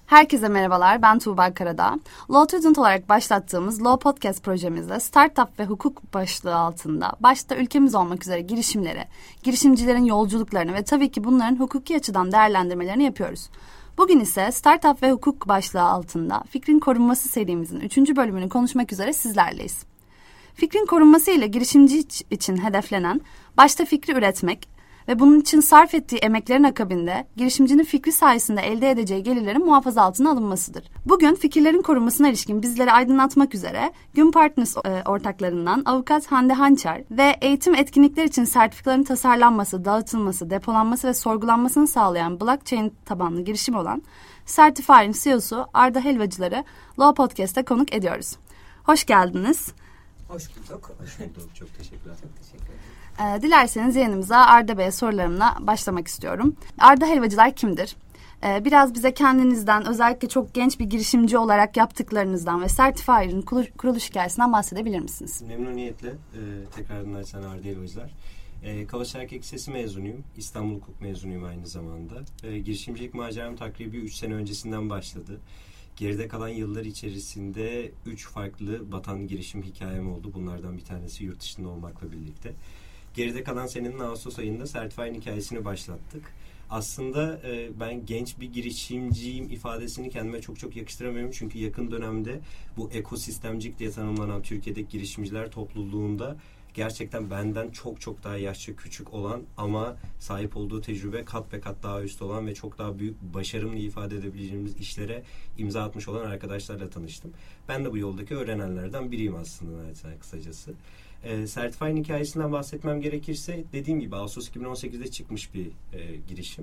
Herkese merhabalar, ben Tuğba Karadağ. Law Student olarak başlattığımız Law Podcast projemizde startup ve hukuk başlığı altında başta ülkemiz olmak üzere girişimleri, girişimcilerin yolculuklarını ve tabii ki bunların hukuki açıdan değerlendirmelerini yapıyoruz. Bugün ise startup ve hukuk başlığı altında Fikrin Korunması serimizin 3. bölümünü konuşmak üzere sizlerleyiz. Fikrin korunması ile girişimci için hedeflenen başta fikri üretmek ve bunun için sarf ettiği emeklerin akabinde girişimcinin fikri sayesinde elde edeceği gelirlerin muhafaza altına alınmasıdır. Bugün fikirlerin korunmasına ilişkin bizleri aydınlatmak üzere Gün Partners ortaklarından avukat Hande Hançer ve eğitim etkinlikler için sertifikaların tasarlanması, dağıtılması, depolanması ve sorgulanmasını sağlayan blockchain tabanlı girişim olan Certify'in CEO'su Arda Helvacılar'ı Law Podcast'a konuk ediyoruz. Hoş geldiniz. Hoş bulduk. Hoş bulduk. Çok teşekkürler. Çok teşekkür ederim. Dilerseniz yayınımıza Arda Bey'e sorularımla başlamak istiyorum. Arda Helvacılar kimdir? Biraz bize kendinizden, özellikle çok genç bir girişimci olarak yaptıklarınızdan ve Certify'ın kuruluş hikayesinden bahsedebilir misiniz? Memnuniyetle. Tekrardan açan Arda Helvacılar. Kavaş Erkek Lisesi mezunuyum. İstanbul Hukuk mezunuyum aynı zamanda. Girişimcilik maceram takribi 3 sene öncesinden başladı. Geride kalan yıllar içerisinde 3 farklı batan girişim hikayem oldu. Bunlardan bir tanesi yurt dışında olmakla birlikte. Geride kalan senenin Ağustos ayında Certify'in hikayesini başlattık. Aslında ben genç bir girişimciyim ifadesini kendime çok yakıştıramıyorum. Çünkü yakın dönemde bu ekosistemcik diye tanımlanan Türkiye'deki girişimciler topluluğunda gerçekten benden çok daha yaşça küçük olan ama sahip olduğu tecrübe kat ve kat daha üst olan ve çok daha büyük başarımla ifade edebileceğimiz işlere imza atmış olan arkadaşlarla tanıştım. Ben de bu yoldaki öğrenenlerden biriyim aslında kısacası. Certify'in hikayesinden bahsetmem gerekirse dediğim gibi Ağustos 2018'de çıkmış bir girişim.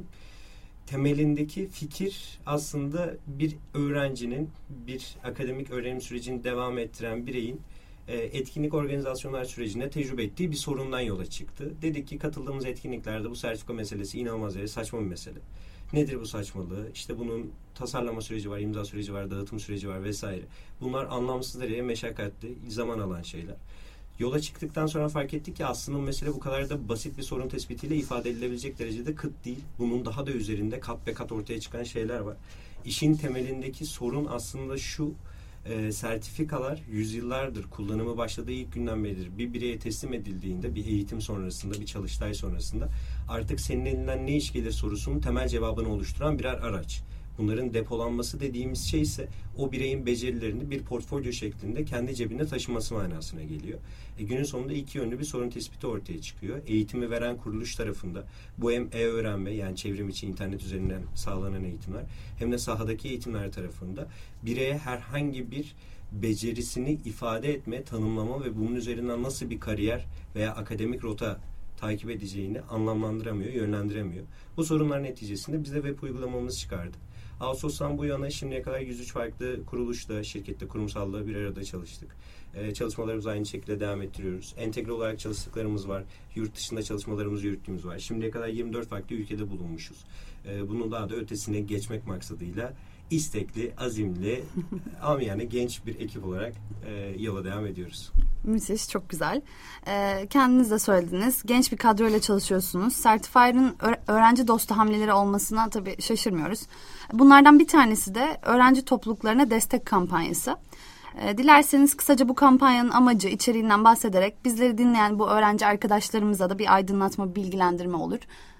Temelindeki fikir aslında bir öğrencinin, bir akademik öğrenim sürecini devam ettiren bireyin etkinlik organizasyonlar sürecinde tecrübe ettiği bir sorundan yola çıktı. Dedik ki katıldığımız etkinliklerde bu sertifika meselesi inanılmaz derecede saçma bir mesele. Nedir bu saçmalığı? İşte bunun tasarlama süreci var, imza süreci var, dağıtım süreci var vesaire. Bunlar anlamsız derecede meşakkatli, zaman alan şeyler. Yola çıktıktan sonra fark ettik ki aslında mesele bu kadar da basit bir sorun tespitiyle ifade edilebilecek derecede kıt değil. Bunun daha da üzerinde kat be kat ortaya çıkan şeyler var. İşin temelindeki sorun aslında şu: sertifikalar yüzyıllardır kullanımı başladığı ilk günden beridir bir bireye teslim edildiğinde, bir eğitim sonrasında, bir çalıştay sonrasında artık senin elinden ne iş gelir sorusunun temel cevabını oluşturan birer araç. Bunların depolanması dediğimiz şey ise o bireyin becerilerini bir portfolyo şeklinde kendi cebinde taşıması manasına geliyor. Günün sonunda iki yönlü bir sorun tespiti ortaya çıkıyor. Eğitimi veren kuruluş tarafında bu hem e-öğrenme, yani çevrim içi internet üzerinden sağlanan eğitimler, hem de sahadaki eğitimler tarafında bireye herhangi bir becerisini ifade etme, tanımlama ve bunun üzerinden nasıl bir kariyer veya akademik rota takip edeceğini anlamlandıramıyor, yönlendiremiyor. Bu sorunlar neticesinde biz de web uygulamamızı çıkardık. Ağustos'tan bu yana şimdiye kadar 103 farklı kuruluşla, şirkette, kurumsalla bir arada çalıştık. Çalışmalarımızı aynı şekilde devam ettiriyoruz. Entegre olarak çalıştıklarımız var. Yurt dışında çalışmalarımızı yürüttüğümüz var. Şimdiye kadar 24 farklı ülkede bulunmuşuz. Bunun daha da ötesine geçmek maksadıyla istekli, azimli, amiyane genç bir ekip olarak yola devam ediyoruz. Müthiş, çok güzel. Kendiniz de söylediniz. Genç bir kadroyla çalışıyorsunuz. Certify'ın öğrenci dostu hamleleri olmasına tabii şaşırmıyoruz. Bunlardan bir tanesi de öğrenci topluluklarına destek kampanyası. Dilerseniz kısaca bu kampanyanın amacı, içeriğinden bahsederek bizleri dinleyen bu öğrenci arkadaşlarımıza da bir aydınlatma, bilgilendirme olur.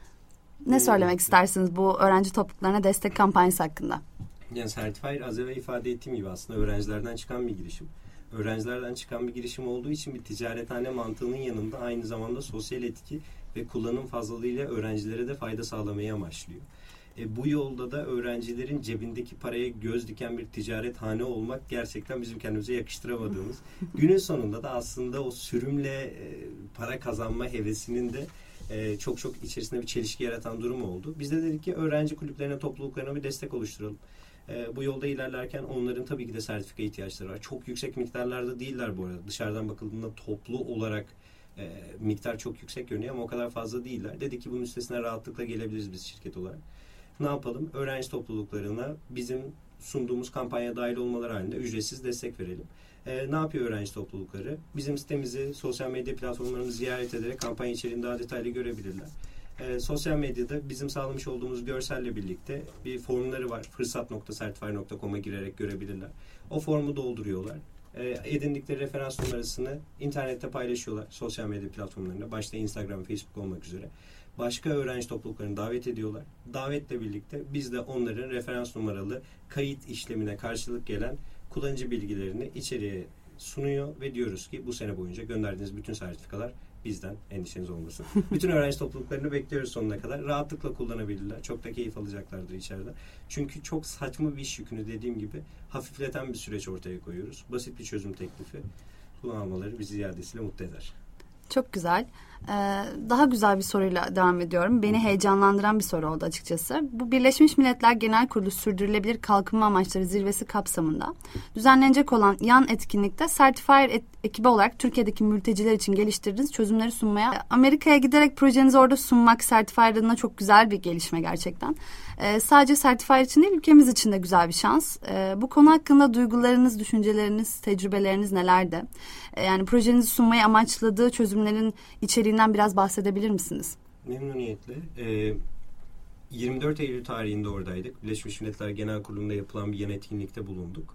Ne söylemek istersiniz bu öğrenci topluluklarına destek kampanyası hakkında? Yani Certify, az evvel ifade ettiğim gibi aslında öğrencilerden çıkan bir girişim. Öğrencilerden çıkan bir girişim olduğu için bir ticarethane mantığının yanında aynı zamanda sosyal etki ve kullanım fazlalığıyla öğrencilere de fayda sağlamayı amaçlıyor. Bu yolda da öğrencilerin cebindeki paraya göz diken bir ticarethane olmak gerçekten bizim kendimize yakıştıramadığımız. Günün sonunda da aslında o sürümle para kazanma hevesinin de çok içerisinde bir çelişki yaratan durum oldu. Biz de dedik ki öğrenci kulüplerine, topluluklarına bir destek oluşturalım. Bu yolda ilerlerken onların tabii ki de sertifika ihtiyaçları var. Çok yüksek miktarlarda değiller bu arada. Dışarıdan bakıldığında toplu olarak miktar çok yüksek görünüyor ama o kadar fazla değiller. Dedik ki bunun üstesinden rahatlıkla gelebiliriz biz şirket olarak. Ne yapalım? Öğrenci topluluklarına bizim sunduğumuz kampanya dahil olmaları halinde ücretsiz destek verelim. Ne yapıyor öğrenci toplulukları? Bizim sitemizi, sosyal medya platformlarımızı ziyaret ederek kampanya içeriğini daha detaylı görebilirler. Sosyal medyada bizim sağlamış olduğumuz görselle birlikte bir formları var. fırsat.certify.com'a girerek görebilirler. O formu dolduruyorlar. Edindikleri referans numarasını internette paylaşıyorlar. Sosyal medya platformlarında. Başta Instagram, Facebook olmak üzere. Başka öğrenci topluluklarını davet ediyorlar. Davetle birlikte biz de onların referans numaralı kayıt işlemine karşılık gelen kullanıcı bilgilerini içeriye sunuyor ve diyoruz ki bu sene boyunca gönderdiğiniz bütün sertifikalar bizden, endişeniz olmasın. Bütün öğrenci topluluklarını bekliyoruz sonuna kadar. Rahatlıkla kullanabilirler. Çok da keyif alacaklardır içeride. Çünkü çok saçma bir iş yükünü dediğim gibi hafifleten bir süreç ortaya koyuyoruz. Basit bir çözüm teklifi. Bunu almaları bizi ziyadesiyle mutlu eder. Çok güzel. Daha güzel bir soruyla devam ediyorum. Beni heyecanlandıran bir soru oldu açıkçası. Bu Birleşmiş Milletler Genel Kurulu Sürdürülebilir Kalkınma Amaçları Zirvesi kapsamında düzenlenecek olan yan etkinlikte Certifier ekibi olarak Türkiye'deki mülteciler için geliştirdiğiniz çözümleri sunmaya, Amerika'ya giderek projenizi orada sunmak Certifier adına çok güzel bir gelişme gerçekten. Sadece Certifier için değil, ülkemiz için de güzel bir şans. Bu konu hakkında duygularınız, düşünceleriniz, tecrübeleriniz nelerdi? Yani projenizi sunmayı amaçladığı çözümlerin içeriğinden biraz bahsedebilir misiniz? Memnuniyetle. 24 Eylül tarihinde oradaydık. Birleşmiş Milletler Genel Kurulu'nda yapılan bir yan etkinlikte bulunduk.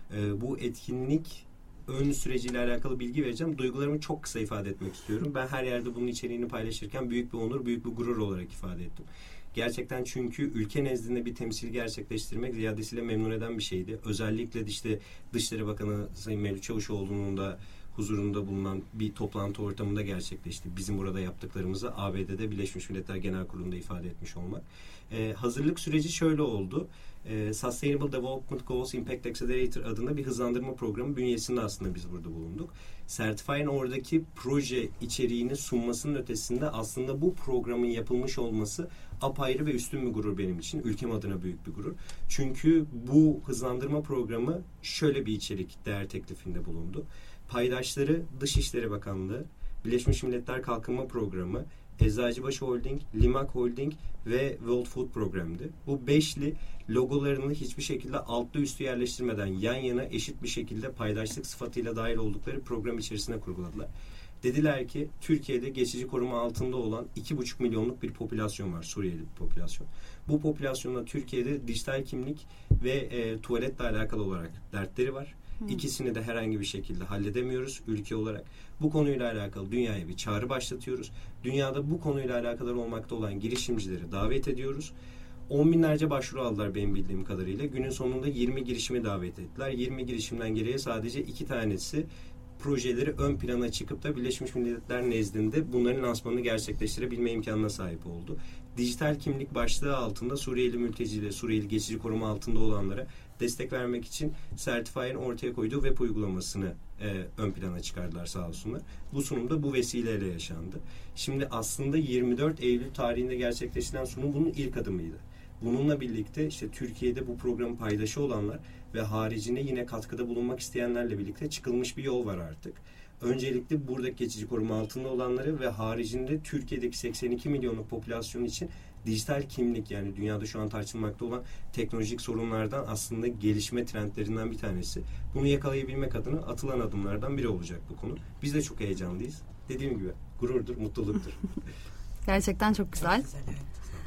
Bu etkinlik ön süreciyle alakalı bilgi vereceğim. Duygularımı çok kısa ifade etmek istiyorum. Ben her yerde bunun içeriğini paylaşırken büyük bir onur, büyük bir gurur olarak ifade ettim. Gerçekten çünkü ülke nezdinde bir temsil gerçekleştirmek ziyadesiyle memnun eden bir şeydi. Özellikle işte Dışişleri Bakanı Sayın Mevlüt Çavuşoğlu'nun da huzurunda bulunan bir toplantı ortamında gerçekleşti. Bizim burada yaptıklarımızı ABD'de Birleşmiş Milletler Genel Kurulu'nda ifade etmiş olmak. Hazırlık süreci şöyle oldu. Sustainable Development Goals Impact Accelerator adında bir hızlandırma programı bünyesinde aslında biz burada bulunduk. Certify'ın oradaki proje içeriğini sunmasının ötesinde aslında bu programın yapılmış olması apayrı ve üstün bir gurur benim için. Ülkem adına büyük bir gurur. Çünkü bu hızlandırma programı şöyle bir içerik değer teklifinde bulundu. Paydaşları Dışişleri Bakanlığı, Birleşmiş Milletler Kalkınma Programı, Eczacıbaşı Holding, Limak Holding ve World Food Program'dı. Bu beşli logolarını hiçbir şekilde altlı üstü yerleştirmeden yan yana eşit bir şekilde paydaşlık sıfatıyla dahil oldukları program içerisine kurguladılar. Dediler ki Türkiye'de geçici koruma altında olan 2,5 milyonluk bir popülasyon var. Suriyeli bir popülasyon. Bu popülasyonda Türkiye'de dijital kimlik ve tuvaletle alakalı olarak dertleri var. İkisini de herhangi bir şekilde halledemiyoruz ülke olarak. Bu konuyla alakalı dünyaya bir çağrı başlatıyoruz. Dünyada bu konuyla alakalı olmakta olan girişimcileri davet ediyoruz. 10 binlerce başvuru aldılar benim bildiğim kadarıyla. Günün sonunda 20 girişimi davet ettiler. 20 girişimden geriye sadece 2 tanesi projeleri ön plana çıkıp da Birleşmiş Milletler nezdinde bunların lansmanını gerçekleştirebilme imkanına sahip oldu. Dijital kimlik başlığı altında Suriyeli mültecileri, Suriyeli geçici koruma altında olanlara destek vermek için Certify'ın ortaya koyduğu web uygulamasını ön plana çıkardılar sağ olsunlar. Bu sunumda bu vesileyle yaşandı. Şimdi aslında 24 Eylül tarihinde gerçekleştirilen sunum bunun ilk adımıydı. Bununla birlikte işte Türkiye'de bu programın paydaşı olanlar ve haricinde yine katkıda bulunmak isteyenlerle birlikte çıkılmış bir yol var artık. Öncelikle buradaki geçici koruma altında olanları ve haricinde Türkiye'deki 82 milyonluk popülasyon için dijital kimlik, yani dünyada şu an tartışılmakta olan teknolojik sorunlardan aslında gelişme trendlerinden bir tanesi. Bunu yakalayabilmek adına atılan adımlardan biri olacak bu konu. Biz de çok heyecanlıyız. Dediğim gibi gururdur, mutluluktur. Gerçekten çok güzel. Çok güzel, evet.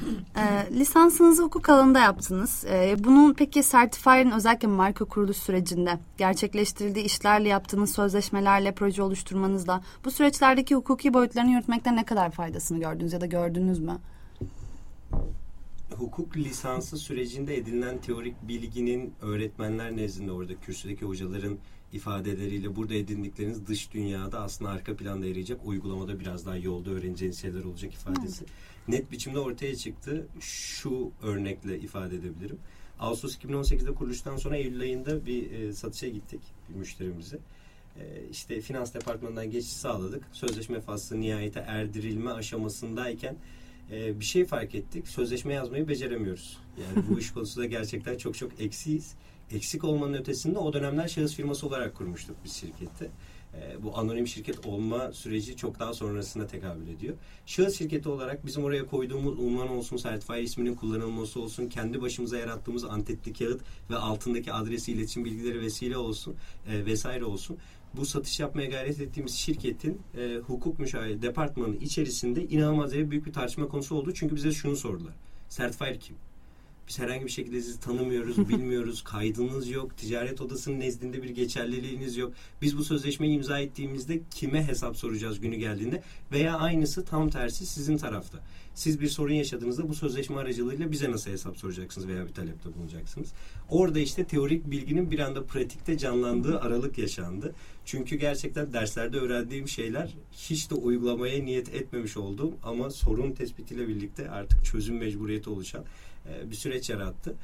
Lisansınızı hukuk alanında yaptınız. Bunun peki Certify'ın özellikle marka kuruluş sürecinde gerçekleştirildiği işlerle yaptığınız sözleşmelerle proje oluşturmanızda bu süreçlerdeki hukuki boyutlarını yürütmekten ne kadar faydasını gördünüz ya da gördünüz mü? Hukuk lisansı sürecinde edinilen teorik bilginin öğretmenler nezdinde orada kürsüdeki hocaların ifadeleriyle burada edindikleriniz dış dünyada aslında arka planda yarayacak, uygulamada biraz daha yolda öğreneceğiniz şeyler olacak ifadesi. Net biçimde ortaya çıktı. Şu örnekle ifade edebilirim. Ağustos 2018'de kuruluştan sonra Eylül ayında bir satışa gittik bir müşterimize. İşte finans departmanından geçiş sağladık. Sözleşme faslı nihayete erdirilme aşamasındayken bir şey fark ettik. Sözleşme yazmayı beceremiyoruz. Yani bu iş konusunda gerçekten çok çok eksiyiz. Eksik olmanın ötesinde o dönemler şahıs firması olarak kurmuştuk biz şirkette. Bu anonim şirket olma süreci çok daha sonrasına tekabül ediyor. Şahıs şirketi olarak bizim oraya koyduğumuz unvan olsun, Certify isminin kullanılması olsun, kendi başımıza yarattığımız antetli kağıt ve altındaki adresi, iletişim bilgileri vesile olsun, vesaire olsun. bu satış yapmaya gayret ettiğimiz şirketin hukuk müşavir departmanı içerisinde inanılmaz büyük bir tartışma konusu oldu. Çünkü bize şunu sordular. Certifier kim? Biz herhangi bir şekilde sizi tanımıyoruz, bilmiyoruz, kaydınız yok, ticaret odasının nezdinde bir geçerliliğiniz yok. Biz bu sözleşmeyi imza ettiğimizde kime hesap soracağız günü geldiğinde veya aynısı tam tersi sizin tarafta. Siz bir sorun yaşadığınızda bu sözleşme aracılığıyla bize nasıl hesap soracaksınız veya bir talepte bulunacaksınız. Orada işte teorik bilginin bir anda pratikte canlandığı aralık yaşandı. Çünkü gerçekten derslerde öğrendiğim şeyler hiç de uygulamaya niyet etmemiş olduğum ama sorun tespitiyle birlikte artık çözüm mecburiyeti oluşan bir süreç yarattı.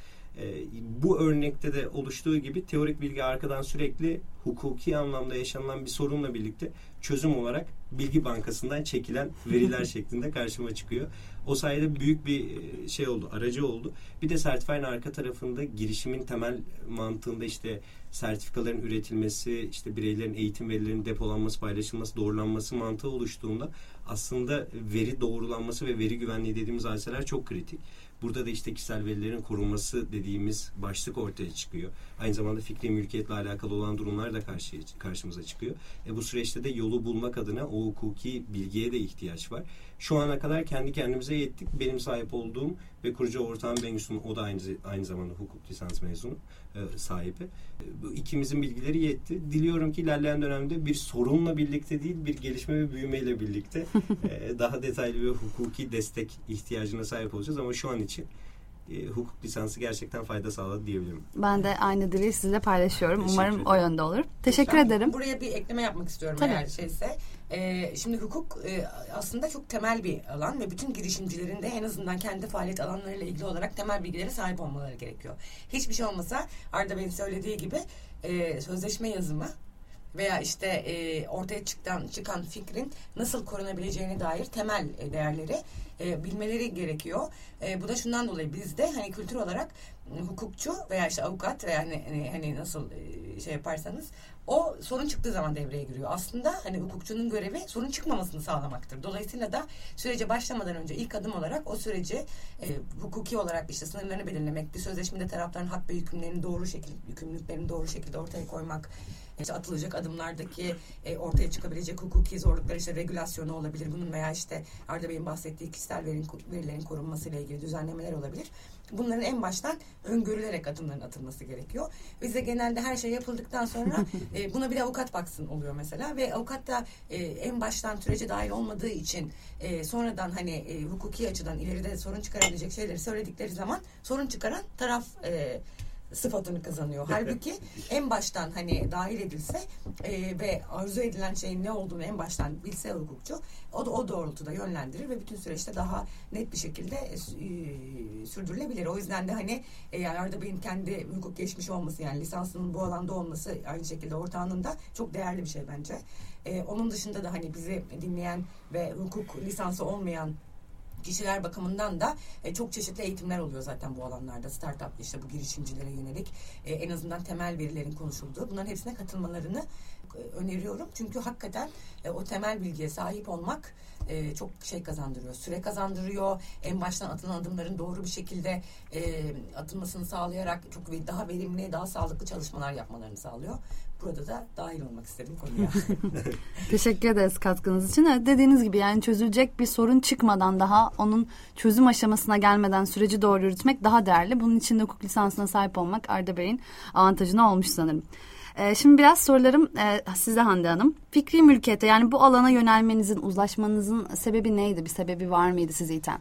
Bu örnekte de oluştuğu gibi teorik bilgi arkadan sürekli hukuki anlamda yaşanılan bir sorunla birlikte çözüm olarak bilgi bankasından çekilen veriler şeklinde karşıma çıkıyor. O sayede büyük bir şey oldu, aracı oldu. Bir de Certify'ın arka tarafında girişimin temel mantığında işte sertifikaların üretilmesi, işte bireylerin eğitim verilerinin depolanması, paylaşılması, doğrulanması mantığı oluştuğunda aslında veri doğrulanması ve veri güvenliği dediğimiz hadiseler çok kritik. Burada da işte kişisel verilerin korunması dediğimiz başlık ortaya çıkıyor. Aynı zamanda fikri mülkiyetle alakalı olan durumlar da karşımıza çıkıyor. Bu süreçte de yolu bulmak adına o hukuki bilgiye de ihtiyaç var. Şu ana kadar kendi kendimize yettik. Benim sahip olduğum ve kurucu ortağım Bengüs'ün, o da aynı zamanda hukuk lisans mezunu sahibi. Bu ikimizin bilgileri yetti. Diliyorum ki ilerleyen dönemde bir sorunla birlikte değil, bir gelişme ve büyümeyle birlikte daha detaylı ve hukuki destek ihtiyacına sahip olacağız. Ama şu an için hukuk lisansı gerçekten fayda sağladı diyebilirim. Ben de aynı dili sizinle paylaşıyorum. Umarım o yönde olur. Teşekkür ederim. Buraya bir ekleme yapmak istiyorum eğer şeyse. Şimdi hukuk aslında çok temel bir alan ve bütün girişimcilerin de en azından kendi faaliyet alanlarıyla ilgili olarak temel bilgilere sahip olmaları gerekiyor. Hiçbir şey olmasa Arda Bey'in söylediği gibi sözleşme yazımı veya işte ortaya çıkan fikrin nasıl korunabileceğine dair temel değerleri bilmeleri gerekiyor. Bu da şundan dolayı bizde hani kültür olarak hukukçu veya işte avukat veya hani nasıl şey yaparsanız o sorun çıktığı zaman devreye giriyor. Aslında hani hukukçunun görevi sorun çıkmamasını sağlamaktır. Dolayısıyla da sürece başlamadan önce ilk adım olarak o süreci hukuki olarak işte sınırlarını belirlemek, bir sözleşmede tarafların hak ve yükümlülüklerini doğru şekilde ortaya koymak, işte atılacak adımlardaki ortaya çıkabilecek hukuki zorluklar, işte regülasyonu olabilir bunun veya işte Arda Bey'in bahsettiği kişisel verilerin korunmasıyla ilgili düzenlemeler olabilir. Bunların en baştan öngörülerek adımların atılması gerekiyor. Bizde genelde her şey yapıldıktan sonra buna bir de avukat baksın oluyor mesela ve avukat da en baştan sürece dahil olmadığı için sonradan hani hukuki açıdan ileride sorun çıkarabilecek şeyleri söyledikleri zaman sorun çıkaran taraf sıfatını kazanıyor. Halbuki en baştan hani dahil edilse ve arzu edilen şeyin ne olduğunu en baştan bilse hukukçu o doğrultuda yönlendirir ve bütün süreçte daha net bir şekilde sürdürülebilir. O yüzden de hani Arda Bey'in kendi hukuk geçmişi olması, yani lisansının bu alanda olması, aynı şekilde ortağının da çok değerli bir şey bence. Onun dışında da hani bizi dinleyen ve hukuk lisansı olmayan kişiler bakımından da çok çeşitli eğitimler oluyor zaten bu alanlarda. Startup, işte bu girişimcilere yönelik en azından temel verilerin konuşulduğu. Bunların hepsine katılmalarını öneriyorum. Çünkü hakikaten o temel bilgiye sahip olmak çok şey kazandırıyor. Süre kazandırıyor. En baştan atılan adımların doğru bir şekilde atılmasını sağlayarak çok daha verimli, daha sağlıklı çalışmalar yapmalarını sağlıyor. Burada da dahil olmak istedim konuya. Teşekkür ederiz katkınız için. Evet, dediğiniz gibi yani çözülecek bir sorun çıkmadan daha onun çözüm aşamasına gelmeden süreci doğru yürütmek daha değerli. Bunun için de hukuk lisansına sahip olmak Arda Bey'in avantajına olmuş sanırım. Şimdi biraz sorularım size Hande Hanım. Fikri mülkiyete, yani bu alana yönelmenizin, uzlaşmanızın sebebi neydi? Bir sebebi var mıydı sizi iten?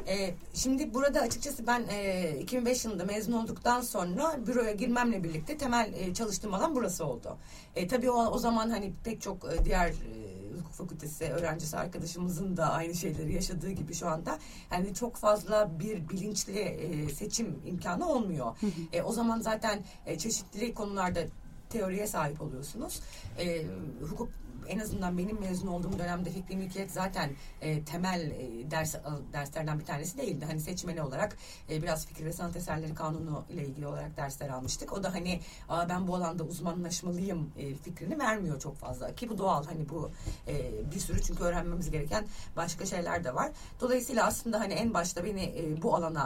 Şimdi burada açıkçası ben 2005 yılında mezun olduktan sonra büroya girmemle birlikte temel çalıştığım alan burası oldu. Tabii o zaman hani pek çok diğer hukuk fakültesi öğrencisi arkadaşımızın da aynı şeyleri yaşadığı gibi şu anda yani çok fazla bir bilinçli seçim imkanı olmuyor. O zaman zaten çeşitli konularda teoriye sahip oluyorsunuz. Hukuk en azından benim mezun olduğum dönemde fikri mülkiyet zaten temel derslerden bir tanesi değildi. Hani seçmeli olarak biraz fikir ve sanat eserleri kanunu ile ilgili olarak dersler almıştık. O da hani ben bu alanda uzmanlaşmalıyım fikrini vermiyor çok fazla. Ki bu doğal, hani bu bir sürü, çünkü öğrenmemiz gereken başka şeyler de var. Dolayısıyla aslında hani en başta beni bu alana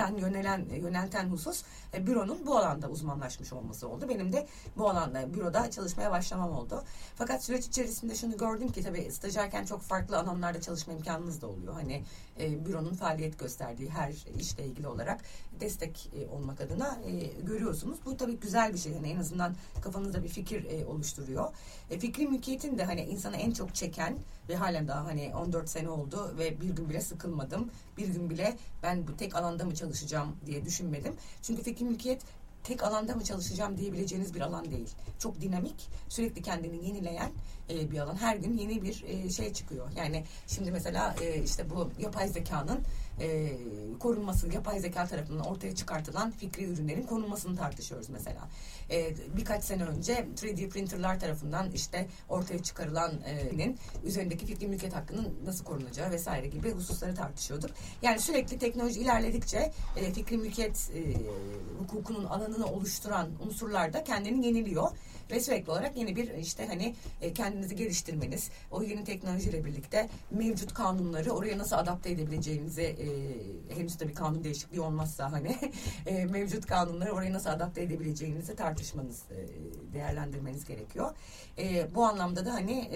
yönelten husus büronun bu alanda uzmanlaşmış olması oldu. Benim de bu alanda büroda çalışmaya başlamam oldu. Fakat süreç içerisinde şunu gördüm ki tabii stajyerken çok farklı alanlarda çalışma imkanınız da oluyor. Hani büronun faaliyet gösterdiği her işle ilgili olarak destek olmak adına görüyorsunuz. Bu tabii güzel bir şey. Yani en azından kafanızda bir fikir oluşturuyor. Fikri mülkiyetin de hani insanı en çok çeken ve halen daha hani 14 sene oldu ve bir gün bile sıkılmadım. Bir gün bile ben bu tek alanda mı çalışacağım diye düşünmedim. Çünkü fikri mülkiyet tek alanda mı çalışacağım diyebileceğiniz bir alan değil. Çok dinamik, sürekli kendini yenileyen bir alan. Her gün yeni bir şey çıkıyor. Yani şimdi mesela işte bu yapay zekanın korunması, yapay zeka tarafından ortaya çıkartılan fikri ürünlerin korunmasını tartışıyoruz mesela. Birkaç sene önce 3D printerlar tarafından işte ortaya çıkarılan üzerindeki fikri mülkiyet hakkının nasıl korunacağı vesaire gibi hususları tartışıyorduk. Yani sürekli teknoloji ilerledikçe fikri mülkiyet hukukunun alanını oluşturan unsurlar da kendini yeniliyor ve sürekli olarak yeni bir işte hani kendinizi geliştirmeniz, o yeni teknolojiyle birlikte mevcut kanunları oraya nasıl adapte edebileceğinizi, henüz tabii kanun değişikliği olmazsa hani mevcut kanunları oraya nasıl adapte edebileceğinizi tartışmanız, değerlendirmeniz gerekiyor. Bu anlamda da hani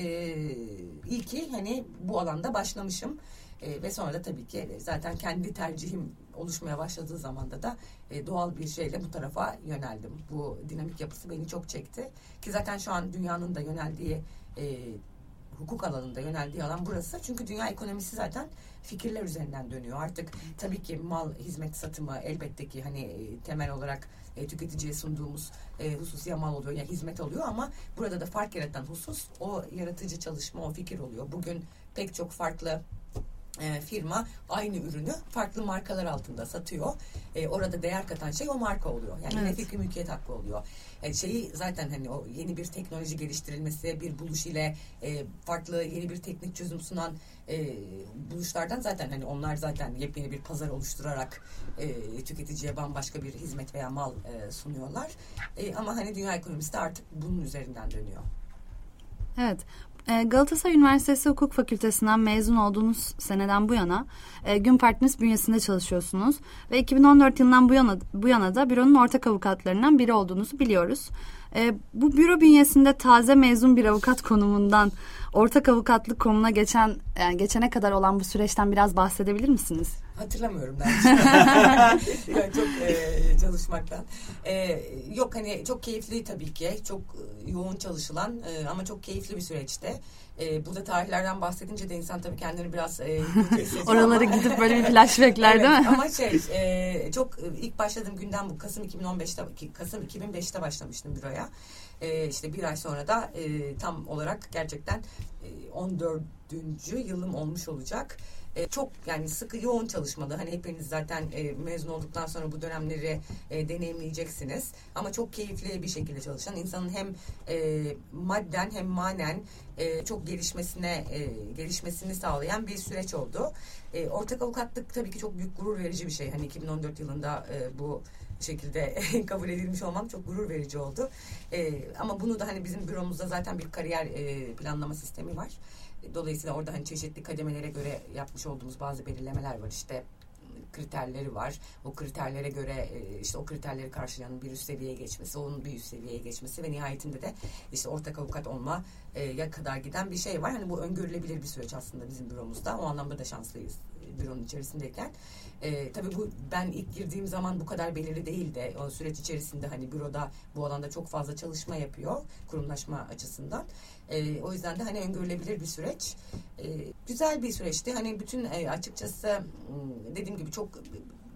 iyi ki hani bu alanda başlamışım. Ve sonra da tabii ki zaten kendi tercihim oluşmaya başladığı zamanda da doğal bir şeyle bu tarafa yöneldim. Bu dinamik yapısı beni çok çekti. Ki zaten şu an dünyanın da yöneldiği, hukuk alanında yöneldiği alan burası. Çünkü dünya ekonomisi zaten fikirler üzerinden dönüyor. Artık tabii ki mal, hizmet satımı elbette ki hani temel olarak tüketiciye sunduğumuz husus ya mal oluyor ya hizmet oluyor, ama burada da fark yaratan husus o yaratıcı çalışma, o fikir oluyor. Bugün pek çok farklı firma aynı ürünü farklı markalar altında satıyor. Orada değer katan şey o marka oluyor. Yani evet. Fikri mülkiyet hakkı oluyor. Şeyi zaten hani o yeni bir teknoloji geliştirilmesi, bir buluş ile farklı yeni bir teknik çözüm sunan buluşlardan zaten hani onlar zaten yepyeni bir pazar oluşturarak tüketiciye bambaşka bir hizmet veya mal sunuyorlar. Ama hani dünya ekonomisi de artık bunun üzerinden dönüyor. Evet. Galatasaray Üniversitesi Hukuk Fakültesinden mezun olduğunuz seneden bu yana Gün Partners bünyesinde çalışıyorsunuz ve 2014 yılından bu yana da büronun ortak avukatlarından biri olduğunuzu biliyoruz. Bu büro bünyesinde taze mezun bir avukat konumundan ortak avukatlık konumuna geçene kadar olan bu süreçten biraz bahsedebilir misiniz? Hatırlamıyorum ben. Yani çok çalışmaktan. Yok hani çok keyifli tabii ki. Çok yoğun çalışılan ama çok keyifli bir süreçte. Burada tarihlerden bahsedince de insan tabii kendini biraz oralara gidip böyle bir flashbackler evet, değil mi? Ama çok ilk başladığım günden bu Kasım 2005'te başlamıştım büroya. İşte bir ay sonra da tam olarak gerçekten 14. yılım olmuş olacak. Çok yani sıkı yoğun çalışmalı. Hani hepiniz zaten mezun olduktan sonra bu dönemleri deneyimleyeceksiniz. Ama çok keyifli bir şekilde çalışan, insanın hem madden hem manen çok gelişmesini sağlayan bir süreç oldu. Ortak avukatlık tabii ki çok büyük gurur verici bir şey. Hani 2014 yılında bu şekilde kabul edilmiş olmam çok gurur verici oldu. Ama bunu da hani bizim büromuzda zaten bir kariyer planlama sistemi var. Dolayısıyla orada hani çeşitli kademelere göre yapmış olduğumuz bazı belirlemeler var. İşte kriterleri var. O kriterlere göre işte o kriterleri karşılayan bir üst seviyeye geçmesi, onun bir üst seviyeye geçmesi ve nihayetinde de işte ortak avukat olma ya kadar giden bir şey var. Hani bu öngörülebilir bir süreç aslında bizim büromuzda. O anlamda da şanslıyız büronun içerisindeyken. Tabii ben ilk girdiğim zaman bu kadar belirli değildi. O süreç içerisinde hani büroda bu alanda çok fazla çalışma yapıyor kurumlaşma açısından. O yüzden de hani öngörülebilir bir süreç. Güzel bir süreçti. Hani bütün açıkçası dediğim gibi çok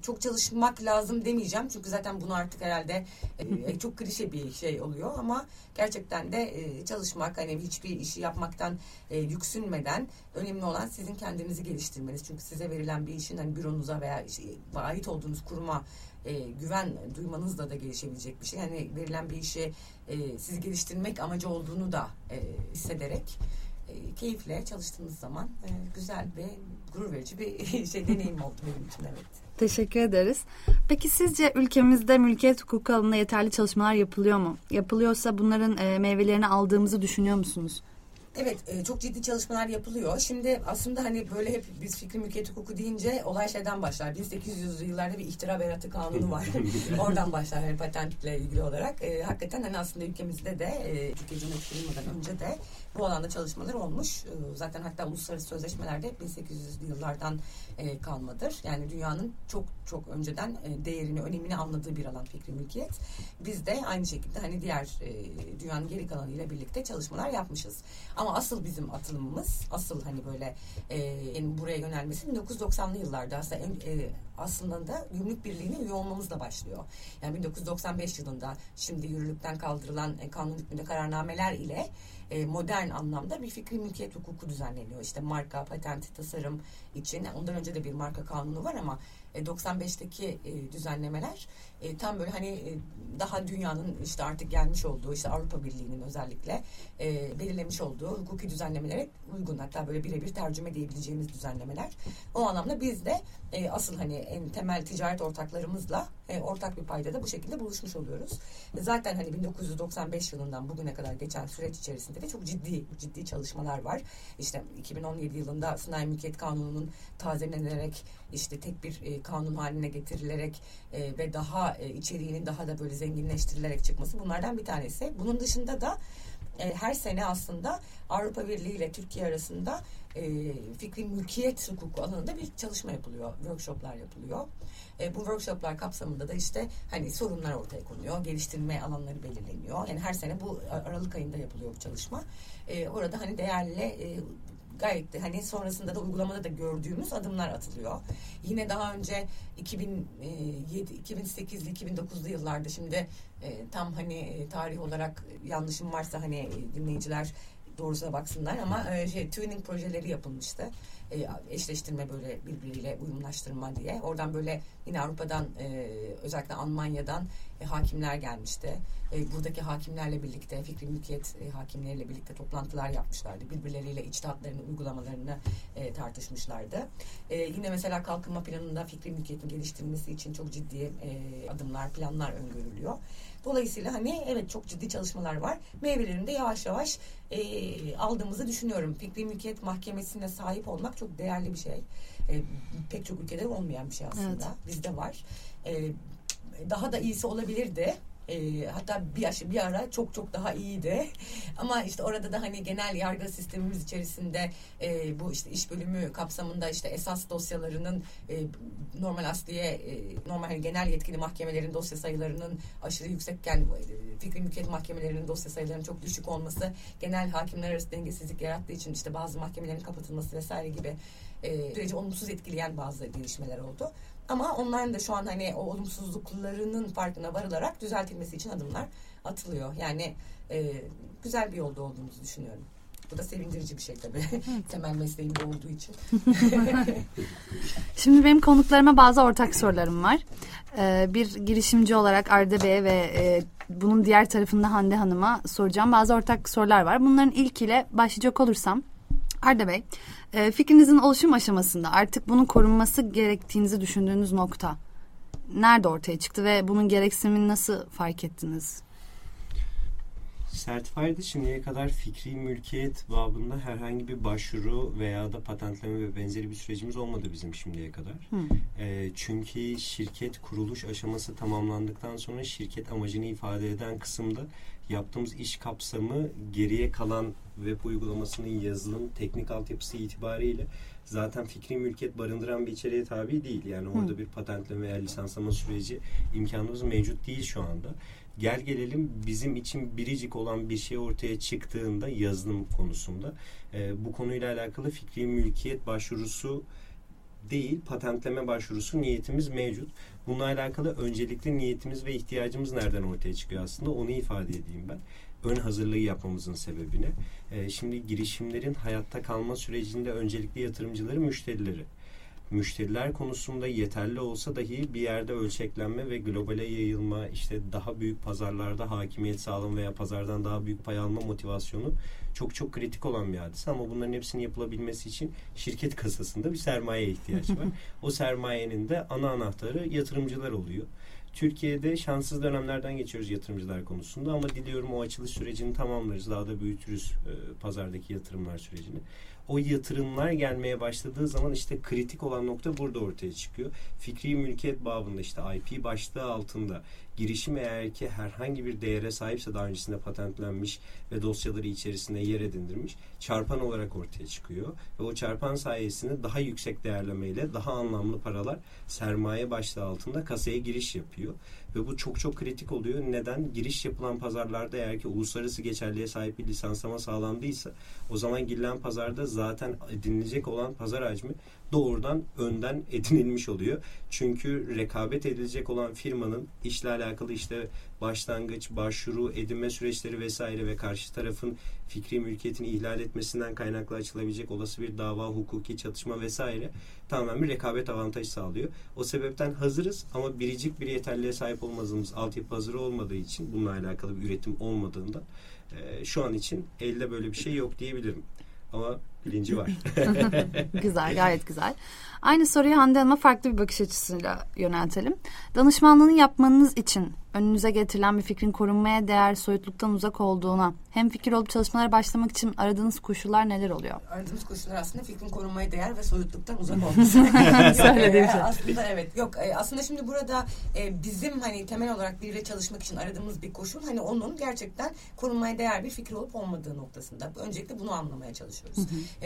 çok çalışmak lazım demeyeceğim. Çünkü zaten bunu artık herhalde çok klişe bir şey oluyor ama gerçekten de çalışmak, hani hiçbir işi yapmaktan yüksünmeden, önemli olan sizin kendinizi geliştirmeniz. Çünkü size verilen bir işin hani büronuza veya ait olduğunuz kuruma güven duymanızla da gelişebilecek bir şey. Hani verilen bir işi sizi geliştirmek amacı olduğunu da hissederek keyifle çalıştığınız zaman güzel ve gurur verici bir deneyim oldu benim için, evet. Teşekkür ederiz. Peki sizce ülkemizde mülkiyet hukuku alanında yeterli çalışmalar yapılıyor mu? Yapılıyorsa bunların meyvelerini aldığımızı düşünüyor musunuz? Evet, çok ciddi çalışmalar yapılıyor. Şimdi aslında hani böyle hep biz fikri mülkiyet hukuku deyince olay şeyden başlar. 1800'lü yıllarda bir ihtira beratı kanunu var. Oradan başlar hani patentle ilgili olarak. Hakikaten hani aslında ülkemizde de Türkiye Cumhuriyeti kurulmadan önce de bu alanda çalışmalar olmuş. Zaten hatta uluslararası sözleşmelerde 1800'lü yıllardan kalmadır. Yani dünyanın çok çok önceden değerini, önemini anladığı bir alan fikri mülkiyet. Biz de aynı şekilde hani diğer dünyanın geri kalanıyla birlikte çalışmalar yapmışız. Ama asıl bizim atılımımız, asıl hani böyle buraya yönelmesi 1990'lı yıllarda aslında da Gümrük Birliği'ne üye olmamızla başlıyor. Yani 1995 yılında şimdi yürürlükten kaldırılan kanun hükmünde kararnameler ile modern anlamda bir fikri mülkiyet hukuku düzenleniyor. İşte marka, patent, tasarım için. Ondan önce de bir marka kanunu var ama 95'teki düzenlemeler tam böyle hani daha dünyanın işte artık gelmiş olduğu, işte Avrupa Birliği'nin özellikle belirlemiş olduğu hukuki düzenlemelere uygun, hatta böyle birebir tercüme diyebileceğimiz düzenlemeler. O anlamda biz de asıl hani en temel ticaret ortaklarımızla ortak bir paydada bu şekilde buluşmuş oluyoruz. Zaten hani 1995 yılından bugüne kadar geçen süreç içerisinde de çok ciddi çalışmalar var. İşte 2017 yılında Sanayi Mülkiyet Kanunu'nun tazelenerek işte tek bir kanun haline getirilerek ve daha içeriğinin daha da böyle zenginleştirilerek çıkması bunlardan bir tanesi. Bunun dışında da her sene aslında Avrupa Birliği ile Türkiye arasında fikri mülkiyet hukuku alanında bir çalışma yapılıyor, workshoplar yapılıyor. Bu workshoplar kapsamında da işte hani sorunlar ortaya konuyor, geliştirme alanları belirleniyor. Yani her sene bu Aralık ayında yapılıyor bu çalışma. Orada hani değerli gayet de hani sonrasında da uygulamada da gördüğümüz adımlar atılıyor. Yine daha önce 2008'li 2009'lu yıllarda, şimdi tam hani tarih olarak yanlışım varsa hani dinleyiciler doğrusuna baksınlar ama twinning projeleri yapılmıştı. Eşleştirme, böyle birbiriyle uyumlaştırma diye. Oradan böyle yine Avrupa'dan özellikle Almanya'dan hakimler gelmişti. Buradaki hakimlerle birlikte, fikri mülkiyet hakimleriyle birlikte toplantılar yapmışlardı. Birbirleriyle içtihatlarını, uygulamalarını tartışmışlardı. Yine mesela kalkınma planında fikri mülkiyetin geliştirilmesi için çok ciddi adımlar, planlar öngörülüyor. Dolayısıyla hani evet, çok ciddi çalışmalar var. Meyvelerini de yavaş yavaş aldığımızı düşünüyorum. Fikri mülkiyet mahkemesine sahip olmak çok değerli bir şey. Pek çok ülkede olmayan bir şey aslında. Evet. Bizde var. Daha da iyisi olabilirdi. Hatta bir ara çok daha iyiydi. Ama işte orada da hani genel yargı sistemimiz içerisinde bu işte iş bölümü kapsamında işte esas dosyalarının normal asliye, normal hani genel yetkili mahkemelerin dosya sayılarının aşırı yüksekken fikri mülkiyet mahkemelerinin dosya sayılarının çok düşük olması genel hakimler arası dengesizlik yarattığı için işte bazı mahkemelerin kapatılması vesaire gibi süreci olumsuz etkileyen bazı gelişmeler oldu. Ama onların da şu an hani o olumsuzluklarının farkına varılarak düzeltilmesi için adımlar atılıyor. Yani güzel bir yolda olduğumuzu düşünüyorum. Bu da sevindirici bir şey tabii. Temel mesleğim de olduğu için. Şimdi benim konuklarıma bazı ortak sorularım var. Bir girişimci olarak Arda Bey'e ve bunun diğer tarafında Hande Hanım'a soracağım bazı ortak sorular var. Bunların ilkiyle başlayacak olursam, Arda Bey, fikrinizin oluşum aşamasında artık bunun korunması gerektiğinizi düşündüğünüz nokta nerede ortaya çıktı ve bunun gereksinimini nasıl fark ettiniz? Certifier'de şimdiye kadar fikri mülkiyet babında herhangi bir başvuru veya da patentleme ve benzeri bir sürecimiz olmadı bizim şimdiye kadar. Çünkü şirket kuruluş aşaması tamamlandıktan sonra şirket amacını ifade eden kısımda yaptığımız iş kapsamı geriye kalan web uygulamasının yazılım, teknik altyapısı itibariyle zaten fikri mülkiyet barındıran bir içeriğe tabi değil. Yani orada bir patentleme veya lisanslama süreci imkanımız mevcut değil şu anda. Gel gelelim bizim için biricik olan bir şey ortaya çıktığında yazılım konusunda bu konuyla alakalı fikri mülkiyet başvurusu değil, patentleme başvurusu niyetimiz mevcut. Bununla alakalı öncelikli niyetimiz ve ihtiyacımız nereden ortaya çıkıyor aslında onu ifade edeyim ben. Ön hazırlığı yapmamızın sebebine. Şimdi girişimlerin hayatta kalma sürecinde öncelikli yatırımcıları müşterileri. Müşteriler konusunda yeterli olsa dahi bir yerde ölçeklenme ve globale yayılma, işte daha büyük pazarlarda hakimiyet sağlama veya pazardan daha büyük pay alma motivasyonu çok çok kritik olan bir hadise. Ama bunların hepsinin yapılabilmesi için şirket kasasında bir sermayeye ihtiyaç var. O sermayenin de ana anahtarı yatırımcılar oluyor. Türkiye'de şanssız dönemlerden geçiyoruz yatırımcılar konusunda ama diliyorum o açılış sürecini tamamlarız. Daha da büyütürüz pazardaki yatırımlar sürecini. O yatırımlar gelmeye başladığı zaman işte kritik olan nokta burada ortaya çıkıyor. Fikri mülkiyet babında işte IP başlığı altında girişim eğer ki herhangi bir değere sahipse daha öncesinde patentlenmiş ve dosyaları içerisinde yer edindirmiş çarpan olarak ortaya çıkıyor. Ve o çarpan sayesinde daha yüksek değerlemeyle daha anlamlı paralar sermaye başlığı altında kasaya giriş yapıyor. Ve bu çok çok kritik oluyor. Neden? Giriş yapılan pazarlarda eğer ki uluslararası geçerliğe sahip bir lisanslama sağlandıysa o zaman girilen pazarda zaten edinilecek olan pazar hacmi doğrudan önden edinilmiş oluyor. Çünkü rekabet edilecek olan firmanın işle alakalı işte başlangıç, başvuru, edinme süreçleri vesaire ve karşı tarafın fikri mülkiyetini ihlal etmesinden kaynaklı açılabilecek olası bir dava, hukuki çatışma vesaire tamamen bir rekabet avantajı sağlıyor. O sebepten hazırız ama biricik bir yeterliğe sahip olmadığımız, altyapı hazır olmadığı için bununla alakalı bir üretim olmadığında şu an için elde böyle bir şey yok diyebilirim. Ama bilinci var. Güzel, gayet güzel. Aynı soruyu Hande Hanım'a farklı bir bakış açısıyla yöneltelim. Danışmanlığını yapmanız için önünüze getirilen bir fikrin korunmaya değer, soyutluktan uzak olduğuna hem fikir olup çalışmalara başlamak için aradığınız koşullar neler oluyor? Aradığımız koşullar aslında fikrin korunmaya değer ve soyutluktan uzak olması. Söylediğim şey. Aslında evet. Yok aslında şimdi burada bizim hani temel olarak biriyle çalışmak için aradığımız bir koşul hani onun gerçekten korunmaya değer bir fikir olup olmadığı noktasında. Öncelikle bunu anlamaya çalışıyoruz.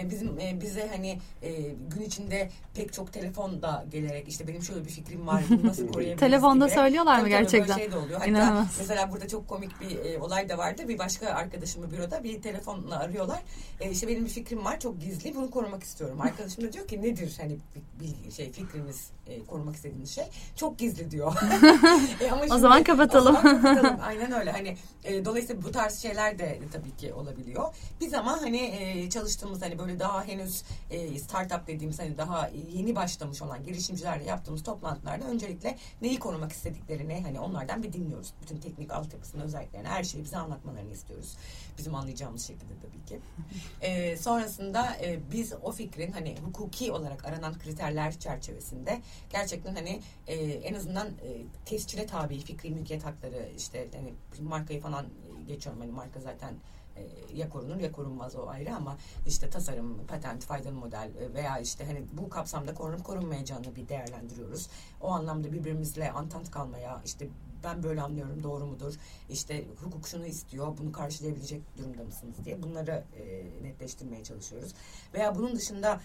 Bize hani gün içinde pek çok telefon da gelerek işte benim şöyle bir fikrim var, bunu nasıl koruyabiliriz Telefonda gibi. söylüyorlar mı gerçekten? Şey de oluyor. Hatta İnanılmaz. Mesela burada çok komik bir olay da vardı. Bir başka arkadaşımı büroda bir telefonla arıyorlar. İşte benim bir fikrim var, çok gizli, bunu korumak istiyorum. Arkadaşım da diyor ki nedir hani bir şey fikriniz, korumak istediğiniz şey? Çok gizli diyor. Ama o zaman kapatalım. Aynen öyle. Hani dolayısıyla bu tarz şeyler de tabii ki olabiliyor. Biz ama hani çalıştığımız hani böyle daha henüz startup dediğimiz hani daha yeni başlamış olan girişimcilerle yaptığımız toplantılarda öncelikle neyi korumak istediklerini hani onlardan bir dinliyoruz. Bütün teknik altyapısını, özelliklerini, her şeyi bize anlatmalarını istiyoruz. Bizim anlayacağımız şekilde tabii ki. Sonrasında biz o fikrin hani hukuki olarak aranan kriterler çerçevesinde gerçekten hani en azından tescile tabi fikri mülkiyet hakları işte hani markayı falan geçiyorum. Hani marka zaten ya korunur ya korunmaz, o ayrı, ama işte tasarım, patent, faydalı model veya işte hani bu kapsamda korunup korunmayacağını bir değerlendiriyoruz. O anlamda birbirimizle antant kalmaya, işte ben böyle anlıyorum, doğru mudur? İşte hukuk şunu istiyor, bunu karşılayabilecek durumda mısınız diye bunları netleştirmeye çalışıyoruz. Veya bunun dışında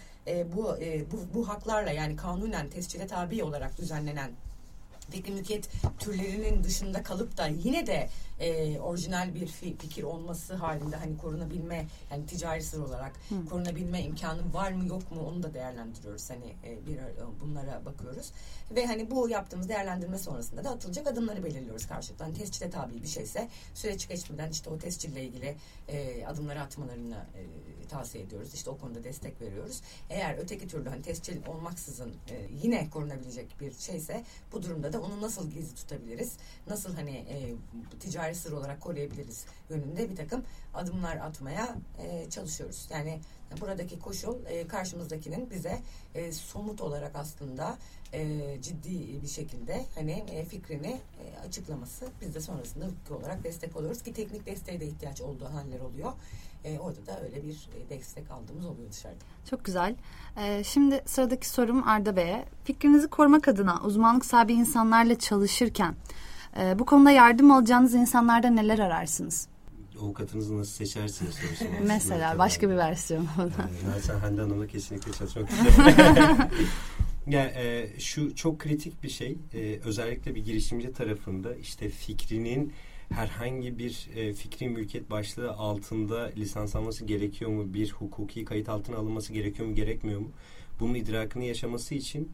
bu haklarla yani kanunen tescile tabi olarak düzenlenen fikri mülkiyet türlerinin dışında kalıp da yine de orijinal bir fikir olması halinde hani korunabilme, yani ticari sır olarak korunabilme imkanı var mı yok mu onu da değerlendiriyoruz. Hani bunlara bakıyoruz. Ve hani bu yaptığımız değerlendirme sonrasında da atılacak adımları belirliyoruz karşılıklı. Hani tescile tabi bir şeyse süreç geçmeden işte o tescille ilgili adımları atmalarını tavsiye ediyoruz. İşte o konuda destek veriyoruz. Eğer öteki türlü hani tescil olmaksızın yine korunabilecek bir şeyse bu durumda da onu nasıl gizli tutabiliriz? Nasıl hani ticari sır olarak koruyabiliriz yönünde bir takım adımlar atmaya çalışıyoruz. Yani buradaki koşul karşımızdakinin bize somut olarak aslında ciddi bir şekilde hani fikrini açıklaması. Biz de sonrasında hukuki olarak destek oluyoruz ki teknik desteğe de ihtiyaç olduğu haller oluyor. Orada da öyle bir destek aldığımız oluyor dışarıda. Çok güzel. Şimdi sıradaki sorum Arda Bey'e. Fikrinizi korumak adına uzmanlık sahibi insanlarla çalışırken bu konuda yardım alacağınız insanlarda neler ararsınız? Avukatınızı nasıl seçersiniz sorusu. Mesela başka bir versiyon. Sen Hande Hanım'la kesinlikle çalışmak isterim. Yani şu çok kritik bir şey. Özellikle bir girişimci tarafında işte fikrinin herhangi bir fikri mülkiyet başlığı altında lisanslanması gerekiyor mu? Bir hukuki kayıt altına alınması gerekiyor mu, gerekmiyor mu? bunun idrakını yaşaması için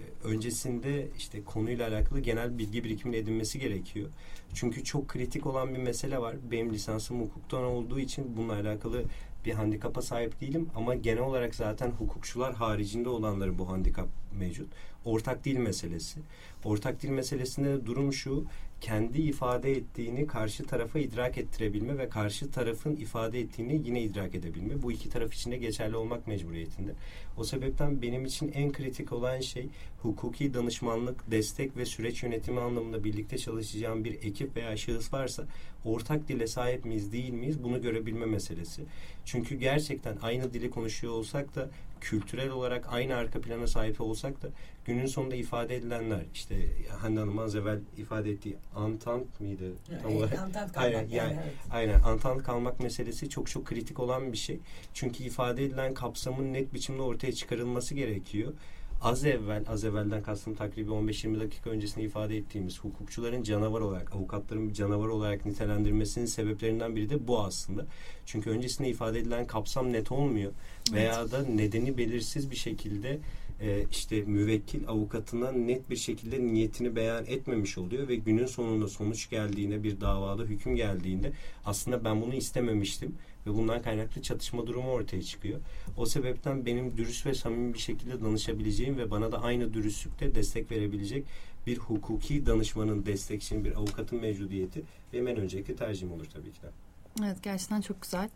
öncesinde işte konuyla alakalı genel bilgi birikimini edinmesi gerekiyor. Çünkü çok kritik olan bir mesele var. Benim lisansım hukuktan olduğu için bununla alakalı bir handikapa sahip değilim ama genel olarak zaten hukukçular haricinde olanların bu handikap mevcut. Ortak dil meselesi. Ortak dil meselesinde de durum şu: kendi ifade ettiğini karşı tarafa idrak ettirebilme ve karşı tarafın ifade ettiğini yine idrak edebilme. Bu iki taraf için de geçerli olmak mecburiyetinde. O sebepten benim için en kritik olan şey hukuki danışmanlık, destek ve süreç yönetimi anlamında birlikte çalışacağım bir ekip veya şahıs varsa ortak dile sahip miyiz değil miyiz bunu görebilme meselesi. Çünkü gerçekten aynı dili konuşuyor olsak da kültürel olarak aynı arka plana sahip olsak da günün sonunda ifade edilenler işte Hande Hanım az evvel ifade ettiği antant mıydı? Antant kalmak. Aynen antant kalmak meselesi çok çok kritik olan bir şey. Çünkü ifade edilen kapsamın net biçimde ortaya çıkarılması gerekiyor. Az evvelden kastım takribi 15-20 dakika öncesinde ifade ettiğimiz hukukçuların canavar olarak, avukatların canavar olarak nitelendirmesinin sebeplerinden biri de bu aslında. Çünkü öncesinde ifade edilen kapsam net olmuyor veya da nedeni belirsiz bir şekilde işte müvekkil avukatına net bir şekilde niyetini beyan etmemiş oluyor ve günün sonunda sonuç geldiğinde, bir davada hüküm geldiğinde aslında ben bunu istememiştim ve bundan kaynaklı çatışma durumu ortaya çıkıyor. O sebepten benim dürüst ve samimi bir şekilde danışabileceğim ve bana da aynı dürüstlükte destek verebilecek bir hukuki danışmanın, destekçinin, bir avukatın mevcudiyeti benim en önceki tercihim olur tabii ki de. Evet, gerçekten çok güzel.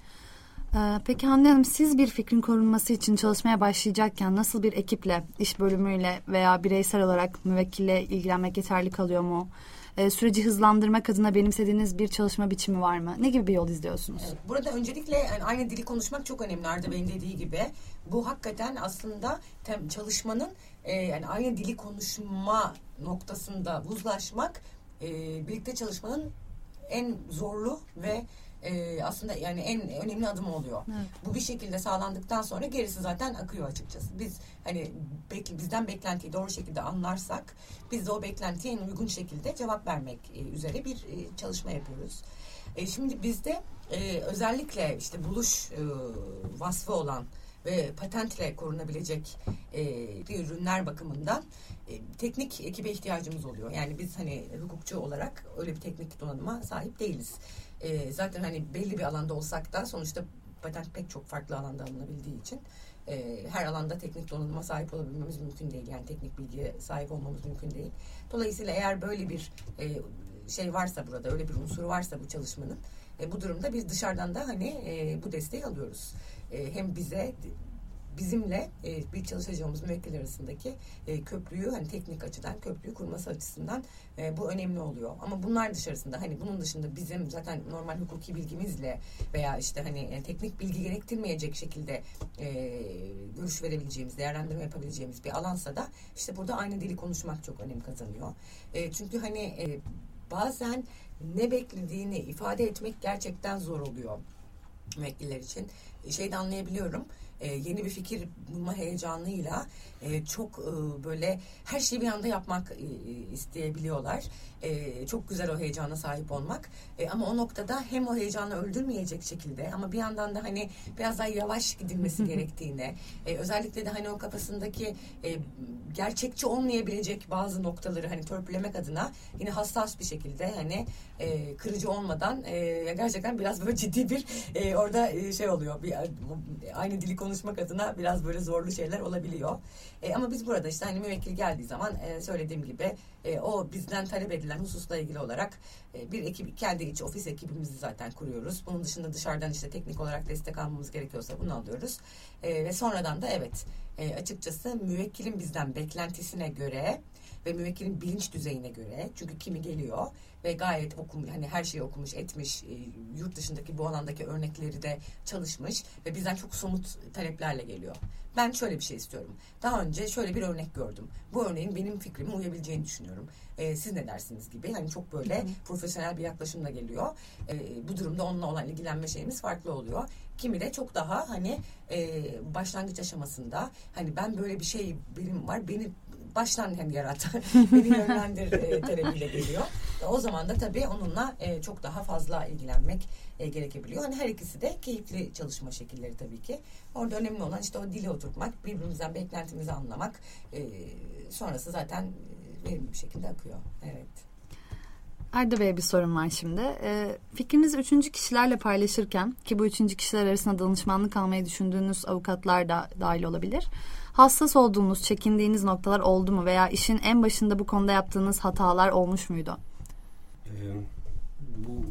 Peki Hande Hanım, siz bir fikrin korunması için çalışmaya başlayacakken nasıl bir ekiple, iş bölümüyle veya bireysel olarak müvekkille ilgilenmek yeterli kalıyor mu? Süreci hızlandırmak adına benimsediğiniz bir çalışma biçimi var mı? Ne gibi bir yol izliyorsunuz? Evet, burada öncelikle yani aynı dili konuşmak çok önemli Arda Bey'in dediği gibi. Bu hakikaten aslında çalışmanın yani aynı dili konuşma noktasında uzlaşmak birlikte çalışmanın en zorlu ve aslında yani en önemli adım oluyor. Evet. Bu bir şekilde sağlandıktan sonra gerisi zaten akıyor açıkçası. Biz hani bizden beklentiyi doğru şekilde anlarsak biz de o beklentiye en uygun şekilde cevap vermek üzere bir çalışma yapıyoruz. Şimdi bizde özellikle işte buluş vasfı olan ve patentle korunabilecek ürünler bakımından teknik ekibe ihtiyacımız oluyor. Yani biz hani hukukçu olarak öyle bir teknik donanıma sahip değiliz. Zaten hani belli bir alanda olsak da sonuçta patent pek çok farklı alanda alınabildiği için her alanda teknik donanıma sahip olabilmemiz mümkün değil. Yani teknik bilgiye sahip olmamız mümkün değil. Dolayısıyla eğer böyle bir şey varsa burada, öyle bir unsur varsa bu çalışmanın, bu durumda biz dışarıdan da hani bu desteği alıyoruz. Hem bizimle bir çalışacağımız müvekkil arasındaki köprüyü, hani teknik açıdan köprüyü kurması açısından bu önemli oluyor. Ama bunlar dışarısında, hani bunun dışında bizim zaten normal hukuki bilgimizle veya işte hani teknik bilgi gerektirmeyecek şekilde görüş verebileceğimiz, değerlendirme yapabileceğimiz bir alansa da işte burada aynı dili konuşmak çok önem kazanıyor. Çünkü hani bazen ne beklediğini ifade etmek gerçekten zor oluyor müvekkiller için. Şeyde anlayabiliyorum. Yeni bir fikir bulma heyecanıyla çok böyle her şeyi bir anda yapmak isteyebiliyorlar. Çok güzel o heyecana sahip olmak. Ama o noktada hem o heyecanı öldürmeyecek şekilde ama bir yandan da hani biraz daha yavaş gidilmesi gerektiğini, özellikle de hani o kafasındaki gerçekçi olmayabilecek bazı noktaları hani törpülemek adına yine hassas bir şekilde hani kırıcı olmadan gerçekten biraz böyle ciddi bir orada şey oluyor. Aynı dili konuşmak adına biraz böyle zorlu şeyler olabiliyor. Ama biz burada işte hani müvekkil geldiği zaman söylediğim gibi o bizden talep edilen hususla ilgili olarak bir ekip, kendi iç ofis ekibimizi zaten kuruyoruz. Bunun dışında dışarıdan işte teknik olarak destek almamız gerekiyorsa bunu alıyoruz. Ve sonradan da evet açıkçası müvekkilin bizden beklentisine göre ve müvekkilin bilinç düzeyine göre, çünkü kimi geliyor ve gayet okumuş, hani her şeyi okumuş etmiş, yurt dışındaki bu alandaki örnekleri de çalışmış ve bizden çok somut taleplerle geliyor. Ben şöyle bir şey istiyorum. Daha önce şöyle bir örnek gördüm. Bu örneğin benim fikrime uyabileceğini düşünüyorum. Siz ne dersiniz gibi. Hani çok böyle profesyonel bir yaklaşımla geliyor. Bu durumda onunla olan ilgilenme şeyimiz farklı oluyor. Kimi de çok daha hani başlangıç aşamasında hani ben böyle bir şey benim var, beni baştan hem yarat, beni yönlendir talebiyle geliyor. O zaman da tabii onunla çok daha fazla ilgilenmek gerekebiliyor. Hani her ikisi de keyifli çalışma şekilleri tabii ki. Orada önemli olan işte o dili oturtmak, birbirimizden beklentimizi anlamak. Sonrası zaten verimli bir şekilde akıyor. Evet. Arda Bey'e bir sorum var şimdi. Fikrinizi 3. kişilerle paylaşırken, ki bu 3. kişiler arasında danışmanlık almayı düşündüğünüz avukatlar da dahil olabilir. Hassas olduğunuz, çekindiğiniz noktalar oldu mu veya işin en başında bu konuda yaptığınız hatalar olmuş muydu? Bu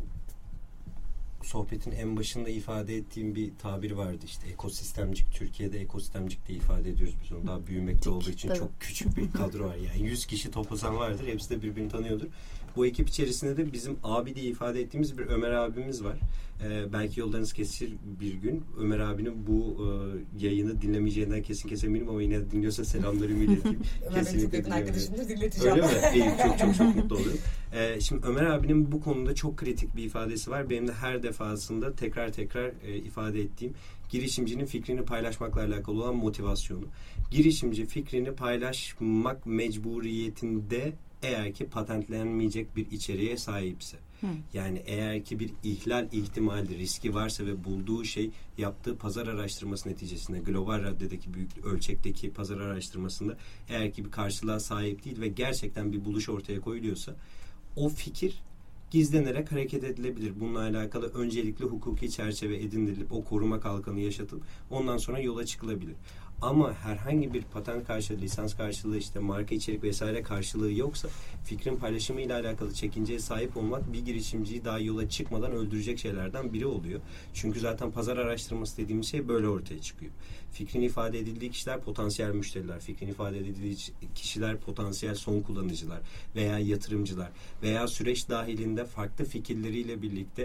sohbetin en başında ifade ettiğim bir tabir vardı, işte ekosistemcik. Türkiye'de ekosistemcik diye ifade ediyoruz biz onu. Daha büyümekte olduğu için tabii. çok küçük bir kadro var. Yani 100 kişi toplasan vardır. Hepsi de birbirini tanıyordur. Bu ekip içerisinde de bizim abi diye ifade ettiğimiz bir Ömer abimiz var. Belki yollarınız kesişir bir gün. Ömer abinin bu yayını dinlemeyeceğinden kesin eminim ama yine de dinliyorsa selamlarımı ileteyim. Ömer Bey çok yakın arkadaşımdır, dinleteceğim. Öyle mi? İyi, çok mutlu olurum. Şimdi Ömer abinin bu konuda çok kritik bir ifadesi var. Benim de her defasında tekrar ifade ettiğim girişimcinin fikrini paylaşmakla alakalı olan motivasyonu. Girişimci fikrini paylaşmak mecburiyetinde eğer ki patentlenmeyecek bir içeriğe sahipse. Yani eğer ki bir ihlal ihtimali, riski varsa ve bulduğu şey yaptığı pazar araştırması neticesinde global raddedeki büyük ölçekteki pazar araştırmasında eğer ki bir karşılığa sahip değil ve gerçekten bir buluş ortaya koyuluyorsa o fikir gizlenerek hareket edilebilir. Bununla alakalı öncelikle hukuki çerçeve edindirilip o koruma kalkanı yaşatılıp ondan sonra yola çıkılabilir. Ama herhangi bir patent karşılığı, lisans karşılığı, işte marka içerik vesaire karşılığı yoksa fikrin paylaşımı ile alakalı çekinceye sahip olmak bir girişimciyi daha yola çıkmadan öldürecek şeylerden biri oluyor. Çünkü zaten pazar araştırması dediğimiz şey böyle ortaya çıkıyor. Fikrin ifade edildiği kişiler potansiyel müşteriler, fikrin ifade edildiği kişiler potansiyel son kullanıcılar veya yatırımcılar veya süreç dahilinde farklı fikirleriyle birlikte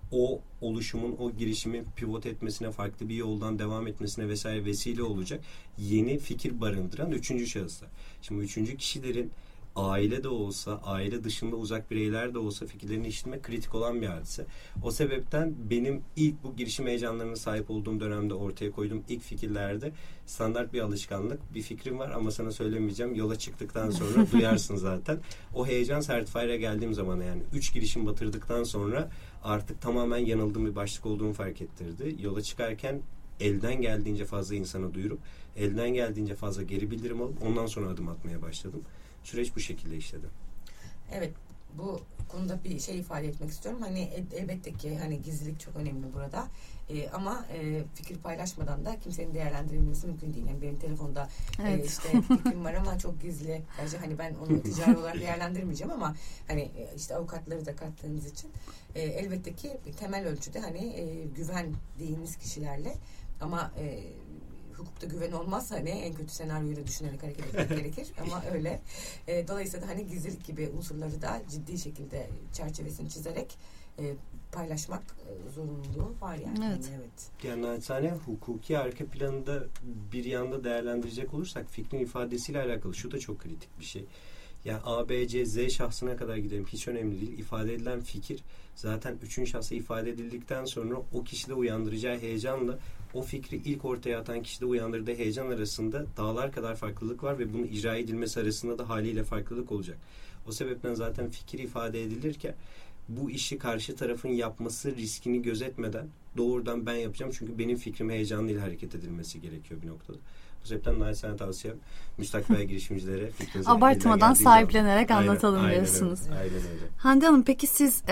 o oluşumun, o girişimin pivot etmesine, farklı bir yoldan devam etmesine vesaire vesile olacak yeni fikir barındıran 3. şahıslar. Şimdi 3. kişilerin aile de olsa, aile dışında uzak bireyler de olsa fikirlerini işitmek kritik olan bir hadise. O sebepten benim ilk bu girişim heyecanlarına sahip olduğum dönemde ortaya koyduğum ilk fikirlerde standart bir alışkanlık. Bir fikrim var ama sana söylemeyeceğim. Yola çıktıktan sonra duyarsın zaten. O heyecan Certifier'a geldiğim zaman, yani 3 girişim batırdıktan sonra artık tamamen yanıldığım bir başlık olduğumu fark ettirdi. Yola çıkarken elden geldiğince fazla insana duyurup, elden geldiğince fazla geri bildirim alıp ondan sonra adım atmaya başladım. Süreç bu şekilde işledi. Evet, bu konuda bir şey ifade etmek istiyorum. Hani elbette ki hani gizlilik çok önemli burada. Ama fikir paylaşmadan da kimsenin değerlendirilmesi mümkün değil. Yani benim telefonda işte fikrim var ama çok gizli. Ayrıca hani ben onu ticari olarak değerlendirmeyeceğim ama hani işte avukatları da kattığınız için elbette ki temel ölçüde hani güvendiğiniz kişilerle ama hukukta güven olmazsa hani en kötü senaryoyu da düşünerek hareket etmek gerekir ama öyle. Dolayısıyla hani gizlilik gibi unsurları da ciddi şekilde çerçevesini çizerek paylaşmak zorunluluğu var yani. Evet. Yani naçizane hukuki arka planında bir yanda değerlendirecek olursak fikrin ifadesiyle alakalı şu da çok kritik bir şey. Yani A, B, C, Z şahsına kadar gidelim. Hiç önemli değil. İfade edilen fikir zaten 3. şahsa ifade edildikten sonra o kişide uyandıracağı heyecanla o fikri ilk ortaya atan kişide uyandırdığı heyecan arasında dağlar kadar farklılık var ve bunun icra edilmesi arasında da haliyle farklılık olacak. O sebepten zaten fikir ifade edilirken bu işi karşı tarafın yapması riskini gözetmeden doğrudan ben yapacağım çünkü benim fikrim heyecanıyla hareket edilmesi gerekiyor bir noktada. Bu sebepten naçizane tavsiyem müstakbel girişimcilere fikrinizi abartmadan sahiplenerek anlatalım diyorsunuz. Aynen öyle. Hande Hanım, peki siz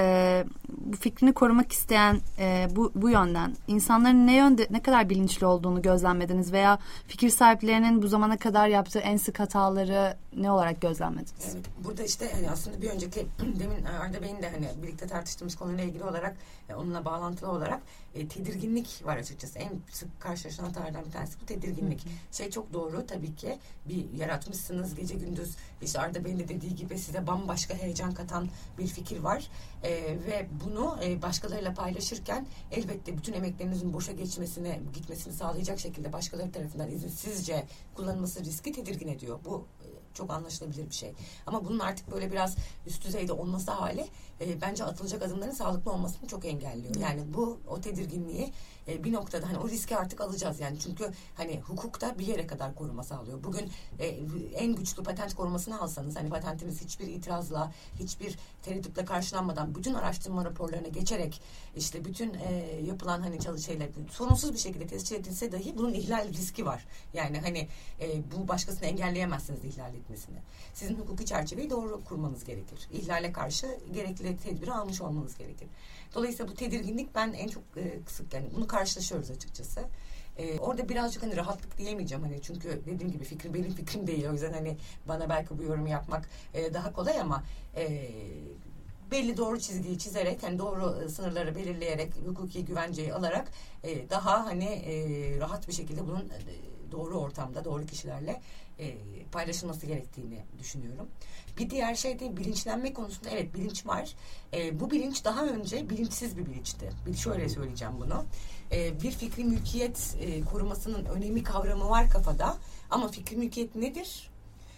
bu fikrini korumak isteyen bu yönden insanların ne kadar bilinçli olduğunu gözlemlediniz veya fikir sahiplerinin bu zamana kadar yaptığı en sık hataları ne olarak gözlemlediniz? Evet, burada işte hani aslında bir önceki demin Arda Bey'in de hani birlikte tartıştığımız konuyla ilgili olarak onunla bağlantılı olarak tedirginlik var açıkçası. En sık karşılaşılan hatalardan bir tanesi bu tedirginlik. Şey çok doğru tabii ki. Bir yaratmışsınız gece gündüz işte Arda Bey'in de dediği gibi size bambaşka heyecan katan bir fikir var. Ve bunu başkalarıyla paylaşırken elbette bütün emeklerinizin boşa gitmesini sağlayacak şekilde başkaları tarafından izinsizce kullanılması riski tedirgin ediyor. Bu çok çok anlaşılabilir bir şey. Ama bunun artık böyle biraz üst düzeyde olması hali bence atılacak adımların sağlıklı olmasını çok engelliyor. Yani bu o tedirginliği bir noktada hani o riski artık alacağız yani. Çünkü hani hukukta bir yere kadar koruma sağlıyor. Bugün en güçlü patent korumasını alsanız hani patentimiz hiçbir itirazla, hiçbir tereddütle karşılanmadan bütün araştırma raporlarına geçerek işte bütün yapılan hani şeyler sorunsuz bir şekilde tescil edilse dahi bunun ihlal riski var. Yani hani bu başkasını engelleyemezsiniz ihlal etmesini. Sizin hukuki çerçeveyi doğru kurmanız gerekir. İhlale karşı gerekli tedbiri almış olmanız gerekir. Dolayısıyla bu tedirginlik ben en çok sık yani bunu karşılaşıyoruz açıkçası. Orada birazcık hani rahatlık diyemeyeceğim hani çünkü dediğim gibi benim fikrim değil, o yüzden hani bana belki bu yorumu yapmak daha kolay ama belli doğru çizgiyi çizerek hani doğru sınırları belirleyerek hukuki güvenceyi alarak daha hani rahat bir şekilde bunun doğru ortamda doğru kişilerle paylaşılması gerektiğini düşünüyorum. Bir diğer şey de bilinçlenme konusunda evet bilinç var. Bu bilinç daha önce bilinçsiz bir bilinçti. Şöyle söyleyeceğim bunu. Bir fikri mülkiyet korumasının önemi kavramı var kafada ama fikri mülkiyet nedir?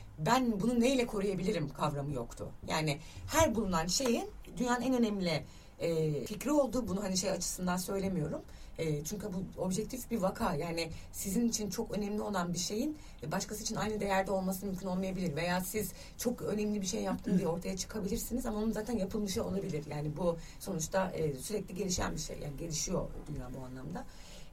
Ben bunu neyle koruyabilirim kavramı yoktu. Yani her bulunan şeyin dünyanın en önemli fikri olduğu, bunu hani şey açısından söylemiyorum. Çünkü bu objektif bir vaka, yani sizin için çok önemli olan bir şeyin başkası için aynı değerde olması mümkün olmayabilir veya siz çok önemli bir şey yaptım diye ortaya çıkabilirsiniz ama onun zaten yapılmışı olabilir. Yani bu sonuçta sürekli gelişen bir şey, yani gelişiyor dünya bu anlamda.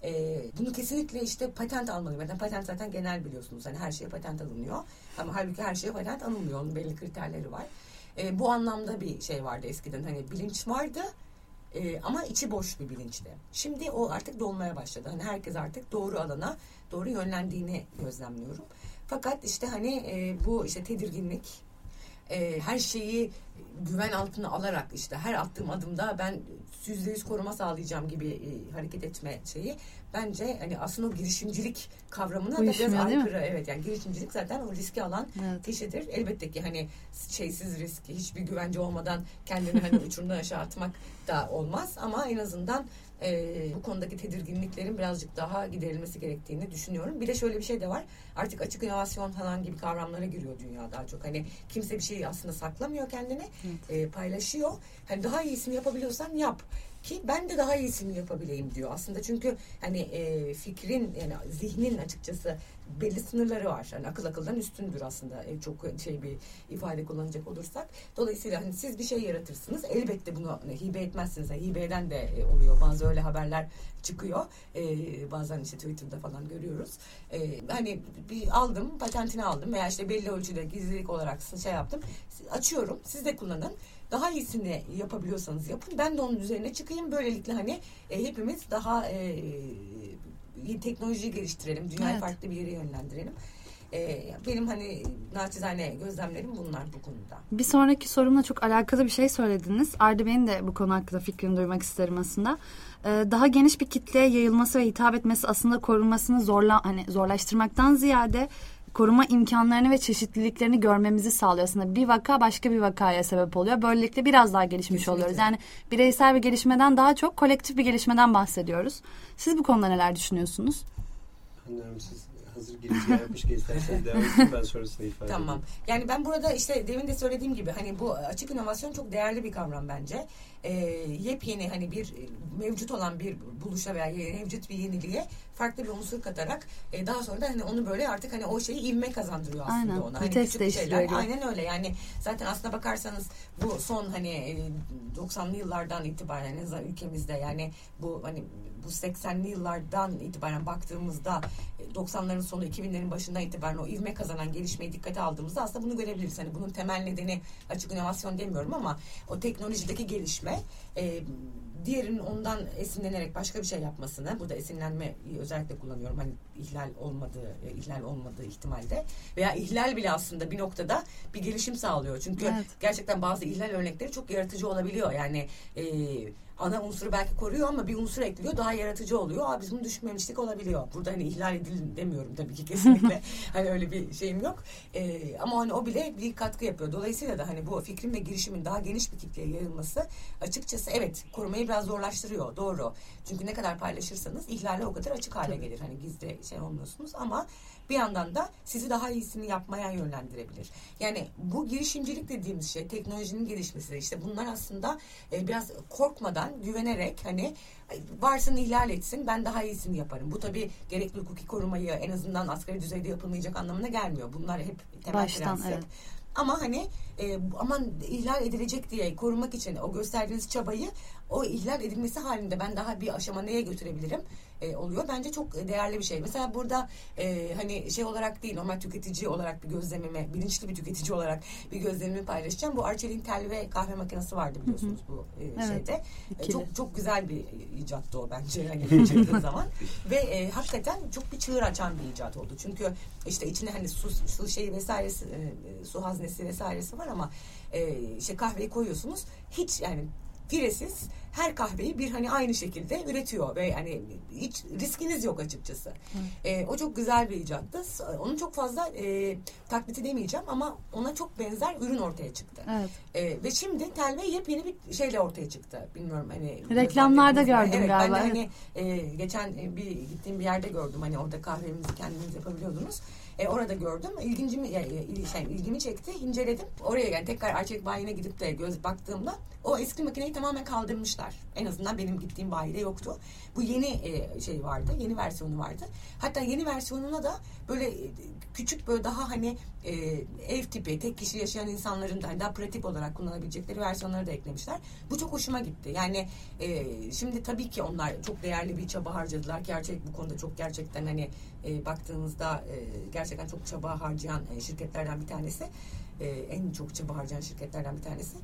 Bunu kesinlikle işte patent almalıyım. Patent zaten genel biliyorsunuz. Hani her şeye patent alınıyor. Ama halbuki her şeye patent alınmıyor. Onun belli kriterleri var. Bu anlamda bir şey vardı eskiden. Hani bilinç vardı. Ama içi boş bir bilinçti. Şimdi o artık dolmaya başladı. Hani herkes artık doğru alana doğru yönlendiğini gözlemliyorum. Fakat işte hani bu işte tedirginlik, her şeyi güven altına alarak işte her attığım adımda ben %100 koruma sağlayacağım gibi hareket etme şeyi bence hani aslında o girişimcilik kavramına da biraz aykırı. Evet, yani girişimcilik zaten o riski alan kişidir. Elbette ki hani şeysiz riski, hiçbir güvence olmadan kendini hani uçurumdan aşağı atmak da olmaz ama en azından bu konudaki tedirginliklerin birazcık daha giderilmesi gerektiğini düşünüyorum. Bir de şöyle bir şey de var. Artık açık inovasyon falan gibi kavramlara giriyor dünya daha çok. Hani kimse bir şeyi aslında saklamıyor kendine. Paylaşıyor. Hani daha iyisini yapabiliyorsan yap. Ki ben de daha iyisini yapabileyim diyor. Aslında çünkü hani fikrin yani zihnin açıkçası belli sınırları var. Yani akıldan üstündür aslında. Çok şey bir ifade kullanacak olursak. Dolayısıyla hani siz bir şey yaratırsınız. Elbette bunu hibe etmezsiniz. Yani hibe eden de oluyor. Bazı öyle haberler çıkıyor. Bazen işte Twitter'da falan görüyoruz. Hani bir aldım, patentini aldım veya işte belli ölçüde gizlilik olarak şey yaptım. Açıyorum. Siz de kullanın. Daha iyisini yapabiliyorsanız yapın. Ben de onun üzerine çıkayım. Böylelikle hani hepimiz daha teknolojiyi geliştirelim. Dünyayı farklı bir yere yönlendirelim. Benim hani naçizane gözlemlerim bunlar bu konuda. Bir sonraki sorumla çok alakalı bir şey söylediniz. Arda Bey'in de bu konu hakkında fikrini duymak isterim aslında. Daha geniş bir kitleye yayılması ve hitap etmesi aslında korunmasını zorlaştırmaktan ziyade koruma imkanlarını ve çeşitliliklerini görmemizi sağlıyor. Aslında bir vaka başka bir vakaya sebep oluyor. Böylelikle biraz daha gelişmiş oluyoruz. Yani bireysel bir gelişmeden daha çok kolektif bir gelişmeden bahsediyoruz. Siz bu konuda neler düşünüyorsunuz? Anlıyorum, siz hazır girişi yapmışken isterseniz devam edin, ben sonrasını ifade edeyim. Tamam. Yani ben burada işte demin de söylediğim gibi hani bu açık inovasyon çok değerli bir kavram bence. Yepyeni hani bir mevcut olan bir buluşa veya mevcut bir yeniliğe farklı bir unsur katarak daha sonra da hani onu böyle artık hani o şeyi ivme kazandırıyor aslında. Aynen. Ona. Hani küçük şeyler. Aynen öyle. Yani zaten aslına bakarsanız bu son hani 90'lı yıllardan itibaren ülkemizde yani bu hani bu 80'li yıllardan itibaren baktığımızda 90'ların sonu 2000'lerin başından itibaren o ivme kazanan gelişmeyi dikkate aldığımızda aslında bunu görebiliriz. Hani bunun temel nedeni açık inovasyon demiyorum ama o teknolojideki gelişme diğerinin ondan esinlenerek başka bir şey yapmasını, burada esinlenme özellikle kullanıyorum hani ihlal olmadığı ihtimalde veya ihlal bile aslında bir noktada bir gelişim sağlıyor. Çünkü gerçekten bazı ihlal örnekleri çok yaratıcı olabiliyor. Yani ana unsuru belki koruyor ama bir unsur ekliyor, daha yaratıcı oluyor. Biz bunu düşünmemiştik olabiliyor. Burada hani ihlal edildi demiyorum tabii ki kesinlikle. Hani öyle bir şeyim yok. Ama hani o bile bir katkı yapıyor. Dolayısıyla da hani bu fikrin ve girişimin daha geniş bir kitleye yayılması açıkçası evet korumayı biraz zorlaştırıyor. Doğru. Çünkü ne kadar paylaşırsanız ihlale o kadar açık hale gelir. Hani gizli şey olmuyorsunuz ama bir yandan da sizi daha iyisini yapmaya yönlendirebilir. Yani bu girişimcilik dediğimiz şey, teknolojinin gelişmesi, işte bunlar aslında biraz korkmadan, güvenerek hani varsın ihlal etsin, ben daha iyisini yaparım. Bu tabii gerekli hukuki korumayı en azından asgari düzeyde yapılmayacak anlamına gelmiyor. Bunlar hep temel prensip. Evet. Ama hani aman ihlal edilecek diye korumak için o gösterdiğiniz çabayı o ihlal edilmesi halinde ben daha bir aşama neye götürebilirim oluyor. Bence çok değerli bir şey. Mesela burada hani şey olarak değil, normal tüketici olarak bir gözlemimi, bilinçli bir tüketici olarak bir gözlemimi paylaşacağım. Bu Arçelik'in tel ve kahve makinesi vardı biliyorsunuz bu şeyde. Çok güzel bir icattı o bence yani çektiği zaman. Ve hakikaten çok bir çığır açan bir icat oldu. Çünkü işte içine hani su şeyi vesairesi, su haznesi vesairesi var ama işte kahveyi koyuyorsunuz. Hiç yani firesiz her kahveyi bir hani aynı şekilde üretiyor ve yani hiç riskiniz yok açıkçası. O çok güzel bir icattı. Onun çok fazla taklidi demeyeceğim ama ona çok benzer ürün ortaya çıktı. Evet. Ve şimdi Telve yepyeni bir şeyle ortaya çıktı. Bilmiyorum hani reklamlarda gördüm evet, galiba. Ben de hani geçen gittiğim bir yerde gördüm. Hani orada kahvenizi kendiniz yapabiliyordunuz. Orada gördüm. İlgimi çekti. İnceledim. Oraya yani tekrar Arçelik bayine gidip de baktığımda o eski makineyi tamamen kaldırmışlar. En azından benim gittiğim bayide yoktu. Bu yeni şey vardı. Yeni versiyonu vardı. Hatta yeni versiyonuna da böyle küçük böyle daha hani ev tipi, tek kişi yaşayan insanların da daha pratik olarak kullanabilecekleri versiyonları da eklemişler. Bu çok hoşuma gitti. Yani şimdi tabii ki onlar çok değerli bir çaba harcadılar. Gerçek bu konuda çok gerçekten hani baktığınızda gerçekten çok çaba harcayan şirketlerden bir tanesi. En çok çaba harcayan şirketlerden bir tanesi.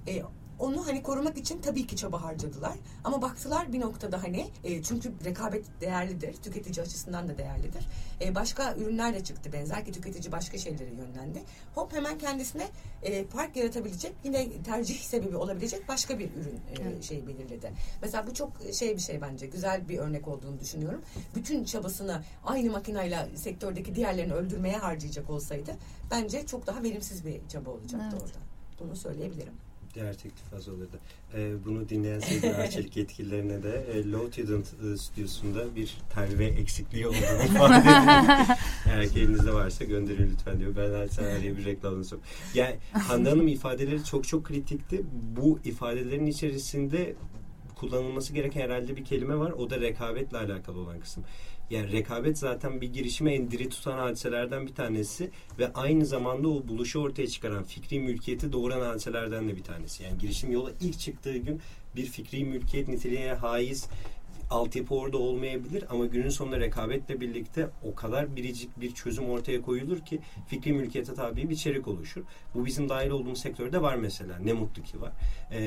Onu hani korumak için tabii ki çaba harcadılar. Ama baktılar bir noktada hani çünkü rekabet değerlidir. Tüketici açısından da değerlidir. Başka ürünler de çıktı benzer ki tüketici başka şeylere yönlendi. Hop hemen kendisine fark yaratabilecek yine tercih sebebi olabilecek başka bir ürün şey belirledi. Mesela bu çok bir şey bence. Güzel bir örnek olduğunu düşünüyorum. Bütün çabasını aynı makinayla sektördeki diğerlerini öldürmeye harcayacak olsaydı bence çok daha verimsiz bir çaba olacaktı orada. Bunu söyleyebilirim. Diğer teklif az olurdu. Bunu dinleyen sevgili Arçelik yetkililerine de Low Tudent stüdyosunda bir telve eksikliği olduğunu ifade edin. Eğer ki elinizde varsa gönderin lütfen diyor. Ben araya bir reklamını sok. Yani Hande Hanım ifadeleri çok kritikti. Bu ifadelerin içerisinde kullanılması gereken herhalde bir kelime var. O da rekabetle alakalı olan kısım. Yani rekabet zaten bir girişime en diri tutan hadiselerden bir tanesi ve aynı zamanda o buluşu ortaya çıkaran fikri mülkiyeti doğuran hadiselerden de bir tanesi. Yani girişim yola ilk çıktığı gün bir fikri mülkiyet niteliğine haiz altyapı orada olmayabilir ama günün sonunda rekabetle birlikte o kadar biricik bir çözüm ortaya koyulur ki fikri mülkiyete tabi bir içerik oluşur. Bu bizim dahil olduğumuz sektörde var mesela. Ne mutlu ki var.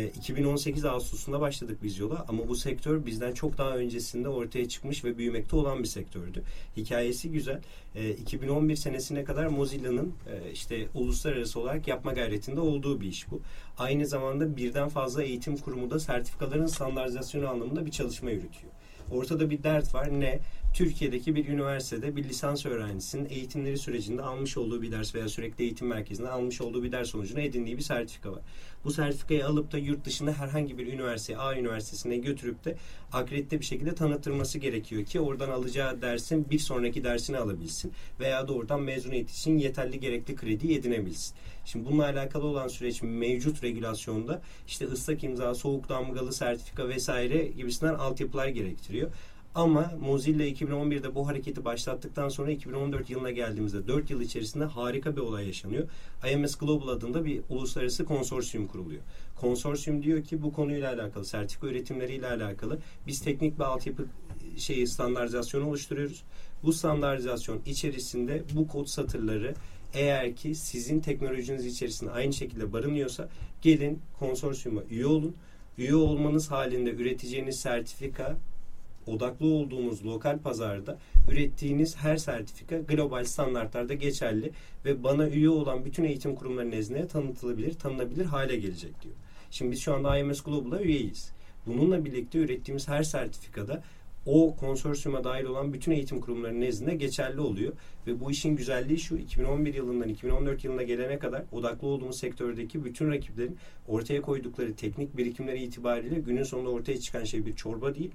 2018 Ağustos'unda başladık biz yola ama bu sektör bizden çok daha öncesinde ortaya çıkmış ve büyümekte olan bir sektördü. Hikayesi güzel. 2011 senesine kadar Mozilla'nın işte uluslararası olarak yapma gayretinde olduğu bir iş bu. Aynı zamanda birden fazla eğitim kurumu da sertifikaların standartizasyonu anlamında bir çalışma yürütüyor. Ortada bir dert var. Ne? Türkiye'deki bir üniversitede bir lisans öğrencisinin eğitimleri sürecinde almış olduğu bir ders veya sürekli eğitim merkezinde almış olduğu bir ders sonucunda edindiği bir sertifika var. Bu sertifikayı alıp da yurt dışında herhangi bir üniversiteye, A üniversitesine götürüp de akredite bir şekilde tanıttırması gerekiyor ki oradan alacağı dersin bir sonraki dersini alabilsin veya da oradan mezuniyet için yeterli gerekli krediyi edinebilsin. Şimdi bununla alakalı olan süreç mevcut regülasyonda işte ıslak imza, soğuk damgalı sertifika vesaire gibisinden altyapılar gerektiriyor. Ama Mozilla 2011'de bu hareketi başlattıktan sonra 2014 yılına geldiğimizde 4 yıl içerisinde harika bir olay yaşanıyor. IMS Global adında bir uluslararası konsorsiyum kuruluyor. Konsorsiyum diyor ki bu konuyla alakalı, sertifika üretimleriyle alakalı biz teknik bir altyapı standartizasyonu oluşturuyoruz. Bu standartizasyon içerisinde bu kod satırları eğer ki sizin teknolojiniz içerisinde aynı şekilde barınıyorsa gelin konsorsiyuma üye olun. Üye olmanız halinde üreteceğiniz sertifika odaklı olduğunuz lokal pazarda ürettiğiniz her sertifika global standartlarda geçerli ve bana üye olan bütün eğitim kurumları nezdinde tanınabilir hale gelecek diyor. Şimdi biz şu anda IMS Global'a üyeyiz. Bununla birlikte ürettiğimiz her sertifikada o konsorsiyuma dahil olan bütün eğitim kurumlarının nezdinde geçerli oluyor. Ve bu işin güzelliği şu, 2011 yılından 2014 yılına gelene kadar odaklı olduğumuz sektördeki bütün rakiplerin ortaya koydukları teknik birikimleri itibariyle günün sonunda ortaya çıkan şey bir çorba değil,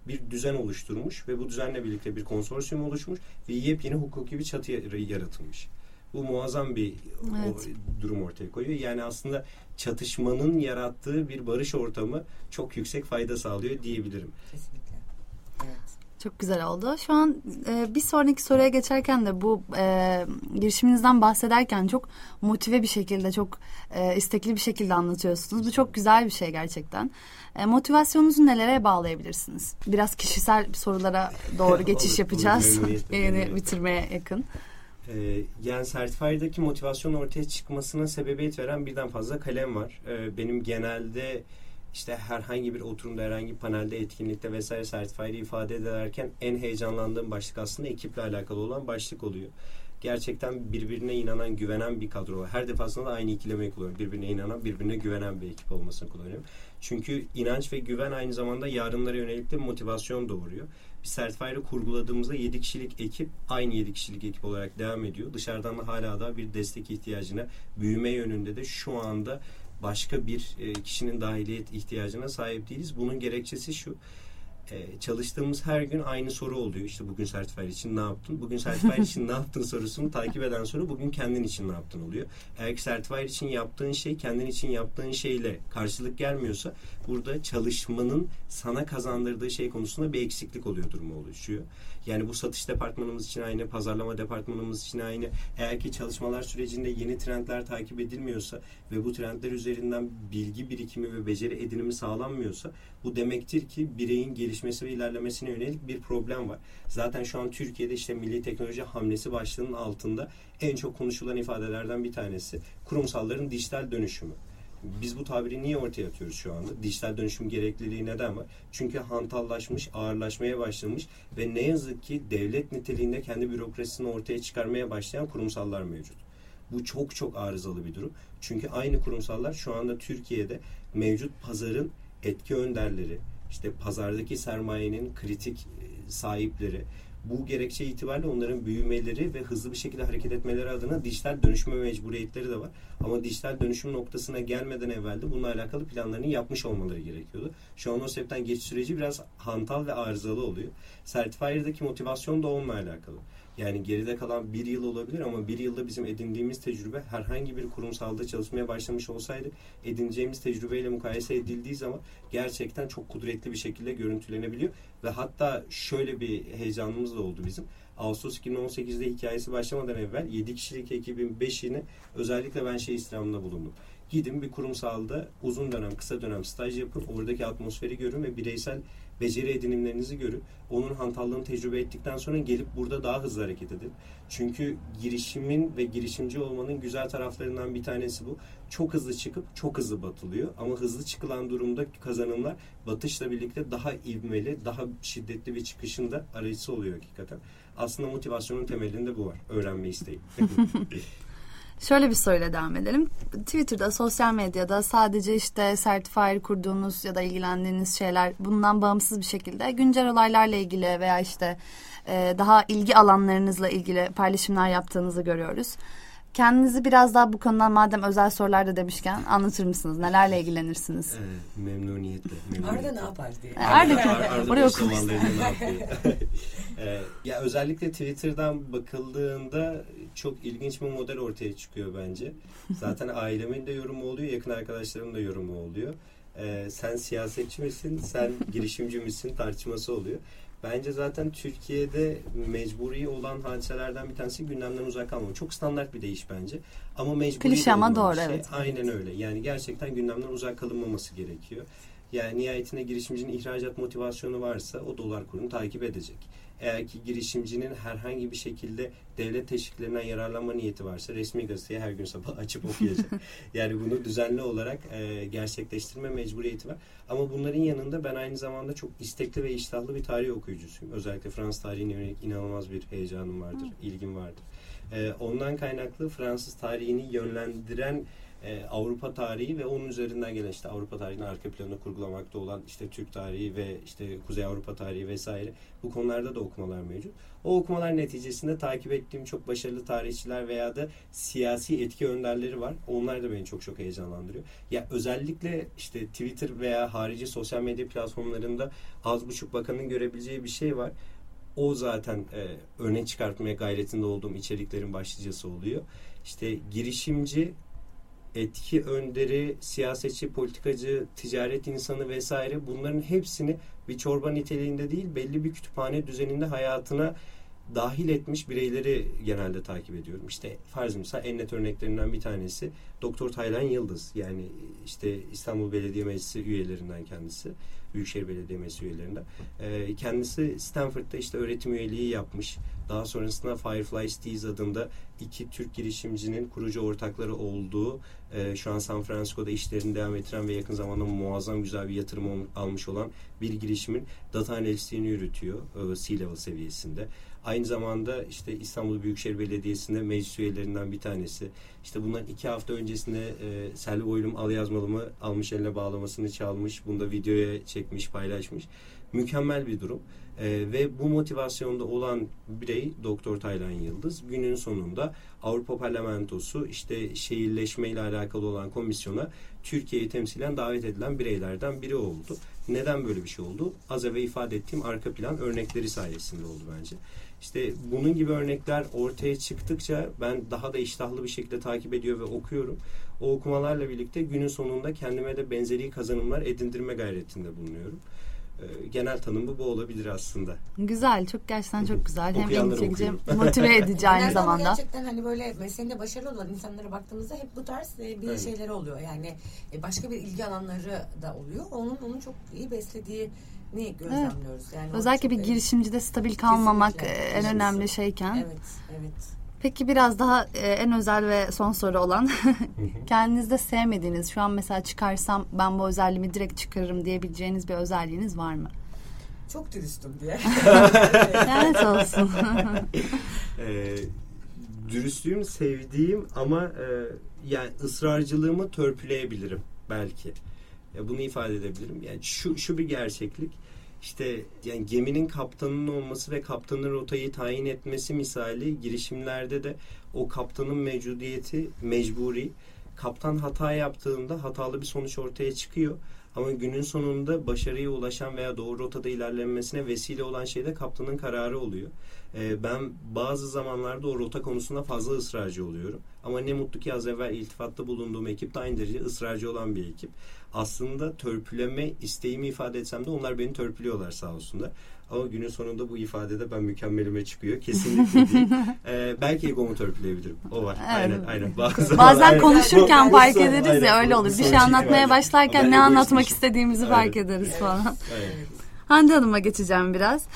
bir düzen oluşturmuş ve bu düzenle birlikte bir konsorsiyum oluşmuş ve yepyeni hukuki bir çatı yaratılmış. Bu muazzam bir durum ortaya koyuyor. Yani aslında çatışmanın yarattığı bir barış ortamı çok yüksek fayda sağlıyor diyebilirim. Kesinlikle. Evet. Çok güzel oldu. Şu an bir sonraki soruya geçerken de bu girişiminizden bahsederken çok motive bir şekilde, çok istekli bir şekilde anlatıyorsunuz. Bu çok güzel bir şey gerçekten. Motivasyonunuzu nelere bağlayabilirsiniz? Biraz kişisel sorulara doğru geçiş yapacağız. Yeni bitirmeye yakın. Yani Certify'daki motivasyon ortaya çıkmasına sebebiyet veren birden fazla kalem var. Benim genelde işte herhangi bir oturumda, herhangi bir panelde, etkinlikte vesaire Certify'ı ifade ederken en heyecanlandığım başlık aslında ekiple alakalı olan başlık oluyor. Gerçekten birbirine inanan, güvenen bir kadro var. Her defasında da aynı ikilemeyi kullanıyorum. Birbirine inanan, birbirine güvenen bir ekip olmasını kullanıyorum. Çünkü inanç ve güven aynı zamanda yarınlara yönelik de motivasyon doğuruyor. Bir Certify'ı kurguladığımızda 7 kişilik ekip aynı 7 kişilik ekip olarak devam ediyor. Dışarıdan da hala da bir destek ihtiyacına, büyüme yönünde de şu anda başka bir kişinin dahiliyet ihtiyacına sahip değiliz. Bunun gerekçesi şu: çalıştığımız her gün aynı soru oluyor. İşte bugün Certify için ne yaptın? Bugün Certify için ne yaptın sorusunu takip eden soru bugün kendin için ne yaptın oluyor. Eğer ki Certify için yaptığın şey kendin için yaptığın şeyle karşılık gelmiyorsa burada çalışmanın sana kazandırdığı şey konusunda bir eksiklik oluyor, durumu oluşuyor. Yani bu satış departmanımız için aynı, pazarlama departmanımız için aynı. Eğer ki çalışmalar sürecinde yeni trendler takip edilmiyorsa ve bu trendler üzerinden bilgi birikimi ve beceri edinimi sağlanmıyorsa bu demektir ki bireyin gelişmesi ve ilerlemesine yönelik bir problem var. Zaten şu an Türkiye'de işte milli teknoloji hamlesi başlığının altında en çok konuşulan ifadelerden bir tanesi kurumsalların dijital dönüşümü. Biz bu tabiri niye ortaya atıyoruz şu anda? Dijital dönüşüm gerekliliği neden var? Çünkü hantallaşmış, ağırlaşmaya başlamış ve ne yazık ki devlet niteliğinde kendi bürokrasisini ortaya çıkarmaya başlayan kurumsallar mevcut. Bu çok çok arızalı bir durum. Çünkü aynı kurumsallar şu anda Türkiye'de mevcut pazarın etki önderleri, işte pazardaki sermayenin kritik sahipleri. Bu gerekçe itibariyle onların büyümeleri ve hızlı bir şekilde hareket etmeleri adına dijital dönüşme mecburiyetleri de var. Ama dijital dönüşüm noktasına gelmeden evvel de bununla alakalı planlarını yapmış olmaları gerekiyordu. Şu an o sebepten geçiş süreci biraz hantal ve arızalı oluyor. Certifier'daki motivasyon da onunla alakalı. Yani geride kalan bir yıl olabilir ama bir yılda bizim edindiğimiz tecrübe herhangi bir kurumsalda çalışmaya başlamış olsaydı edineceğimiz tecrübeyle mukayese edildiği zaman gerçekten çok kudretli bir şekilde görüntülenebiliyor. Ve hatta şöyle bir heyecanımız da oldu bizim. Ağustos 2018'de hikayesi başlamadan evvel 7 kişilik ekibin 5'ini özellikle ben istirhamında bulundum. Gidin bir kurumsalda uzun dönem, kısa dönem staj yapın, oradaki atmosferi görün ve bireysel beceri edinimlerinizi görün. Onun hantallığını tecrübe ettikten sonra gelip burada daha hızlı hareket edin. Çünkü girişimin ve girişimci olmanın güzel taraflarından bir tanesi bu. Çok hızlı çıkıp çok hızlı batılıyor. Ama hızlı çıkılan durumda kazanımlar batışla birlikte daha ivmeli, daha şiddetli bir çıkışın da arayısı oluyor hakikaten. Aslında motivasyonun temelinde bu var. Öğrenme isteği. Şöyle bir soruyla devam edelim. Twitter'da, sosyal medyada sadece işte Certify kurduğunuz ya da ilgilendiğiniz şeyler bundan bağımsız bir şekilde güncel olaylarla ilgili veya işte daha ilgi alanlarınızla ilgili paylaşımlar yaptığınızı görüyoruz. Kendinizi biraz daha bu konudan madem özel sorular da demişken anlatır mısınız? Nelerle ilgilenirsiniz? Memnuniyetle. Arda ne yapar diye. Arda buraya okumuşsun. Ya özellikle Twitter'dan bakıldığında çok ilginç bir model ortaya çıkıyor bence. Zaten ailemin de yorumu oluyor, yakın arkadaşlarımın da yorumu oluyor. Sen siyasetçi misin, sen girişimci misin tartışması oluyor. Bence zaten Türkiye'de mecburi olan hadiselerden bir tanesi gündemden uzak kalmam. Çok standart bir deyiş bence. Ama mecburi klişe ama doğru, şey. evet. Aynen öyle. Yani gerçekten gündemden uzak kalınmaması gerekiyor. Yani nihayetinde girişimcinin ihracat motivasyonu varsa o dolar kurunu takip edecek. Eğer ki girişimcinin herhangi bir şekilde devlet teşviklerinden yararlanma niyeti varsa resmi gazeteye her gün sabah açıp okuyacak. Yani bunu düzenli olarak gerçekleştirme mecburiyeti var. Ama bunların yanında ben aynı zamanda çok istekli ve iştahlı bir tarih okuyucusuyum. Özellikle Fransız tarihine yönelik inanılmaz bir heyecanım vardır, ilgim vardır. Ondan kaynaklı Fransız tarihini yönlendiren Avrupa tarihi ve onun üzerinden gelen işte Avrupa tarihini arka planında kurgulamakta olan işte Türk tarihi ve işte Kuzey Avrupa tarihi vesaire, bu konularda da okumalar mevcut. O okumalar neticesinde takip ettiğim çok başarılı tarihçiler veya da siyasi etki önderleri var. Onlar da beni çok heyecanlandırıyor. Ya özellikle işte Twitter veya harici sosyal medya platformlarında az buçuk bakanın görebileceği bir şey var. O zaten öne çıkartmaya gayretinde olduğum içeriklerin başlıcası oluyor. İşte girişimci, etki önderi, siyasetçi, politikacı, ticaret insanı vesaire, bunların hepsini bir çorba niteliğinde değil, belli bir kütüphane düzeninde hayatına dahil etmiş bireyleri genelde takip ediyorum. İşte farz misal en net örneklerinden bir tanesi Doktor Taylan Yıldız. Yani işte İstanbul Belediye Meclisi üyelerinden kendisi. Büyükşehir Belediye Meclisi üyelerinden. Kendisi Stanford'da işte öğretim üyeliği yapmış. Daha sonrasında Firefly Steez adında 2 Türk girişimcinin kurucu ortakları olduğu, şu an San Francisco'da işlerini devam ettiren ve yakın zamanda muazzam güzel bir yatırım almış olan bir girişimin data analistliğini yürütüyor C-level seviyesinde. Aynı zamanda işte İstanbul Büyükşehir Belediyesi'nde meclis üyelerinden bir tanesi. İşte bundan 2 hafta öncesinde Selvi Boylum Al Yazmalım'ı almış, eline bağlamasını çalmış. Bunu da videoya çekmiş, paylaşmış. Mükemmel bir durum. Ve bu motivasyonda olan birey Doktor Taylan Yıldız günün sonunda Avrupa Parlamentosu işte şehirleşmeyle alakalı olan komisyona Türkiye'yi temsilen davet edilen bireylerden biri oldu. Neden böyle bir şey oldu? Az evvel ifade ettiğim arka plan örnekleri sayesinde oldu bence. İşte bunun gibi örnekler ortaya çıktıkça ben daha da iştahlı bir şekilde takip ediyor ve okuyorum. O okumalarla birlikte günün sonunda kendime de benzeri kazanımlar edindirme gayretinde bulunuyorum. Genel tanımı bu olabilir aslında. Güzel, gerçekten çok güzel. Hem ilgi çekici, motive edici aynı zamanda. Gerçekten hani böyle mesleğinde başarılı olan insanlara baktığımızda hep bu tarz bir şeyleri oluyor. Yani başka bir ilgi alanları da oluyor. Onu çok iyi beslediğini gözlemliyoruz. Yani özellikle bir girişimcide stabil kalmamak en önemli şeyken. Evet. Peki biraz daha en özel ve son soru olan kendinizde sevmediğiniz, şu an mesela çıkarsam ben bu özelliğimi direkt çıkarırım diyebileceğiniz bir özelliğiniz var mı? Çok dürüstüm diye. Evet olsun. Dürüstlüğüm sevdiğim ama yani ısrarcılığımı törpüleyebilirim belki. Bunu ifade edebilirim. Yani şu bir gerçeklik. İşte yani geminin kaptanının olması ve kaptanın rotayı tayin etmesi misali girişimlerde de o kaptanın mevcudiyeti mecburi. Kaptan hata yaptığında hatalı bir sonuç ortaya çıkıyor. Ama günün sonunda başarıya ulaşan veya doğru rotada ilerlenmesine vesile olan şey de kaptanın kararı oluyor. Ben bazı zamanlarda o rota konusunda fazla ısrarcı oluyorum. Ama ne mutlu ki az evvel iltifatta bulunduğum ekip de aynı derece ısrarcı olan bir ekip. Aslında törpüleme isteğimi ifade etsem de onlar beni törpülüyorlar sağ olsunlar. Ama günün sonunda bu ifadede ben mükemmelime çıkıyor. Kesinlikle değil. Belki egomu törpüleyebilirim. O var. Evet. Aynen. Bazen konuşurken fark ederiz ya, öyle olur. Bir şey anlatmaya başlarken ne anlatmak istediğimizi fark ederiz falan. Evet. Hande Hanım'a geçeceğim biraz.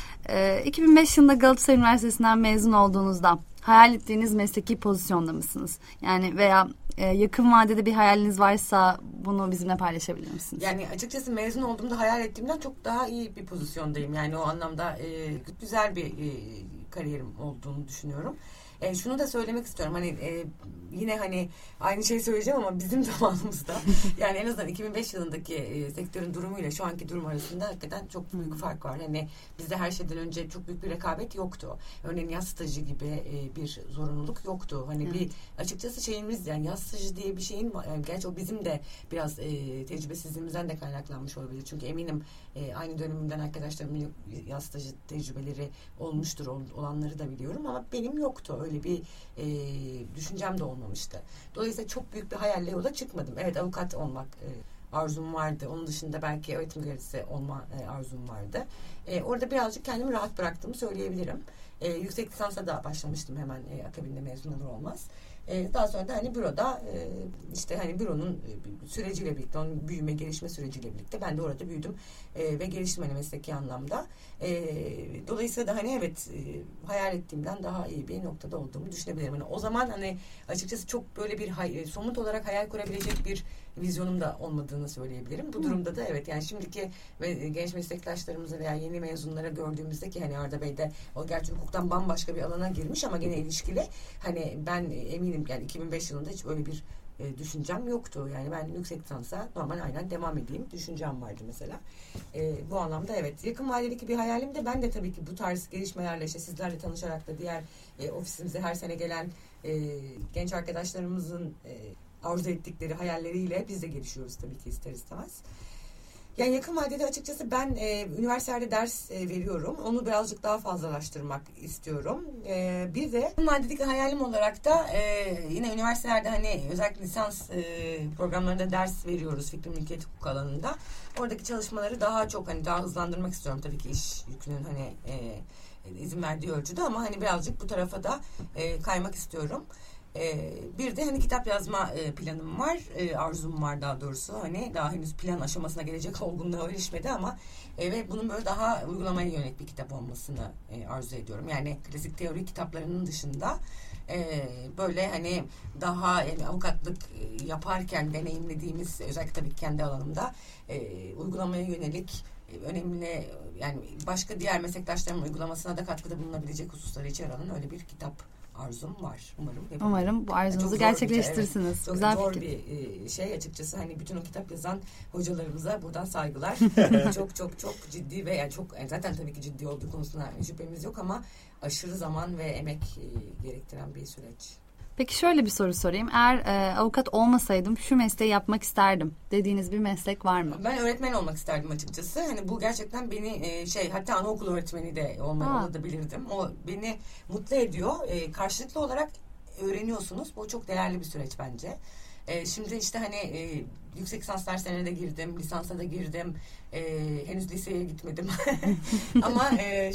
2005 yılında Galatasaray Üniversitesi'nden mezun olduğunuzda hayal ettiğiniz mesleki pozisyonda mısınız? Yani veya yakın vadede bir hayaliniz varsa bunu bizimle paylaşabilir misiniz? Yani açıkçası mezun olduğumda hayal ettiğimden çok daha iyi bir pozisyondayım. Yani o anlamda güzel bir kariyerim olduğunu düşünüyorum. Şunu da söylemek istiyorum. Hani yine hani aynı şeyi söyleyeceğim ama bizim zamanımızda yani en azından 2005 yılındaki sektörün durumuyla şu anki durum arasında hakikaten çok büyük fark var. Hani bizde her şeyden önce çok büyük bir rekabet yoktu. Örneğin yaz stajı gibi bir zorunluluk yoktu. Hani bir açıkçası şeyimiz, yani yaz stajı diye bir şeyin yani gerçi o bizim de biraz tecrübesizliğimizden de kaynaklanmış olabilir. Çünkü eminim aynı dönemimden arkadaşlarımın yaz stajı tecrübeleri olmuştur, olanları da biliyorum ama benim yoktu. Öyle bir düşüncem de olmamıştı. Dolayısıyla çok büyük bir hayalle yola çıkmadım. Evet, avukat olmak arzum vardı. Onun dışında belki öğretim görevlisi olma arzum vardı. Orada birazcık kendimi rahat bıraktığımı söyleyebilirim. Yüksek lisansa da başlamıştım hemen akabinde mezun olur olmaz. Daha sonra da hani büroda işte hani büronun süreciyle birlikte, onun büyüme gelişme süreciyle birlikte ben de orada büyüdüm ve geliştim hani mesleki anlamda. Dolayısıyla da hani evet hayal ettiğimden daha iyi bir noktada olduğumu düşünebilirim. Yani o zaman hani açıkçası çok böyle bir somut olarak hayal kurabilecek bir vizyonum da olmadığını söyleyebilirim. Bu durumda da evet yani şimdiki genç meslektaşlarımıza veya yeni mezunlara gördüğümüzde ki hani Arda Bey de o gerçi hukuktan bambaşka bir alana girmiş ama gene ilişkili. Hani ben eminim yani 2005 yılında hiç öyle bir düşüncem yoktu. Yani ben yüksek lisansa normal aynen devam edeyim düşüncem vardı mesela. Bu anlamda evet. Yakın vadedeki bir hayalim de ben de tabii ki bu tarz gelişmelerle işte sizlerle tanışarak da diğer ofisimize her sene gelen genç arkadaşlarımızın arzu ettikleri hayalleriyle biz de gelişiyoruz tabii ki ister istemez. Yani yakın vadede açıkçası ben üniversitede ders veriyorum. Onu birazcık daha fazlalaştırmak istiyorum. Bir de yakın vadedeki hayalim olarak da yine üniversitelerde hani özellikle lisans programlarında ders veriyoruz fikri mülkiyet hukuk alanında. Oradaki çalışmaları daha çok hani daha hızlandırmak istiyorum tabii ki iş yükünün hani izin verdiği ölçüde ama hani birazcık bu tarafa da kaymak istiyorum. Bir de hani kitap yazma planım var, arzum var daha doğrusu hani daha henüz plan aşamasına gelecek olgunluğa erişmedi ama ve bunun böyle daha uygulamaya yönelik bir kitap olmasını arzu ediyorum. Yani klasik teori kitaplarının dışında böyle hani daha yani avukatlık yaparken deneyimlediğimiz özellikle tabii kendi alanımda uygulamaya yönelik önemli yani başka diğer meslektaşlarımın uygulamasına da katkıda bulunabilecek hususları içeren öyle bir kitap arzum var. Umarım bu arzunuzu gerçekleştirirsiniz. Evet. Çok güzel zor fikir. bir şey açıkçası hani bütün o kitap yazan hocalarımıza buradan saygılar. çok ciddi ve yani çok zaten tabii ki ciddi olduğu konusunda şüphemiz yok ama aşırı zaman ve emek gerektiren bir süreç. Peki şöyle bir soru sorayım. Eğer avukat olmasaydım şu mesleği yapmak isterdim dediğiniz bir meslek var mı? Ben öğretmen olmak isterdim açıkçası. Hani bu gerçekten beni hatta anaokulu öğretmeni de olabilirdim. O beni mutlu ediyor. Karşılıklı olarak öğreniyorsunuz. Bu çok değerli bir süreç bence. Şimdi işte hani yüksek lisans derslerine de girdim, lisansa da girdim. Henüz liseye gitmedim. Ama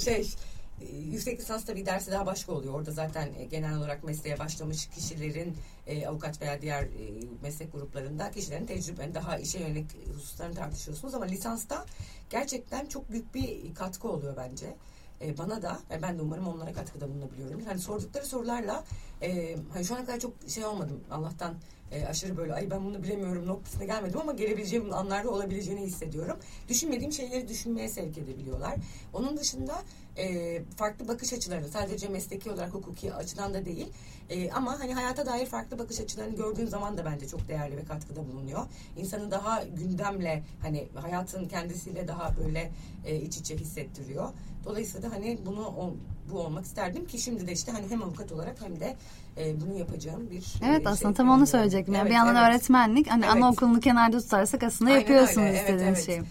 yüksek lisans tabii dersi daha başka oluyor. Orada zaten genel olarak mesleğe başlamış kişilerin avukat veya diğer meslek gruplarında kişilerin tecrübeni daha işe yönelik hususlarını tartışıyorsunuz ama lisansta gerçekten çok büyük bir katkı oluyor bence. Bana da ben de umarım onlara katkıda bulunabiliyorum. Hani sordukları sorularla hani şu ana kadar çok olmadım Allah'tan aşırı böyle ay ben bunu bilemiyorum noktasına gelmedim ama gelebileceğim anlarda olabileceğini hissediyorum. Düşünmediğim şeyleri düşünmeye sevk edebiliyorlar. Onun dışında farklı bakış açıları sadece mesleki olarak hukuki açıdan da değil ama hani hayata dair farklı bakış açılarını gördüğün zaman da bence çok değerli ve katkıda bulunuyor. İnsanı daha gündemle hani hayatın kendisiyle daha böyle iç içe hissettiriyor. Dolayısıyla da hani bu olmak isterdim ki şimdi de işte hani hem avukat olarak hem de bunu yapacağım bir evet aslında tam onu söyleyecektim. Yani bir yandan öğretmenlik hani anaokulunu kenarda tutarsak aslında aynen yapıyorsunuz öyle. istediğiniz şeyi.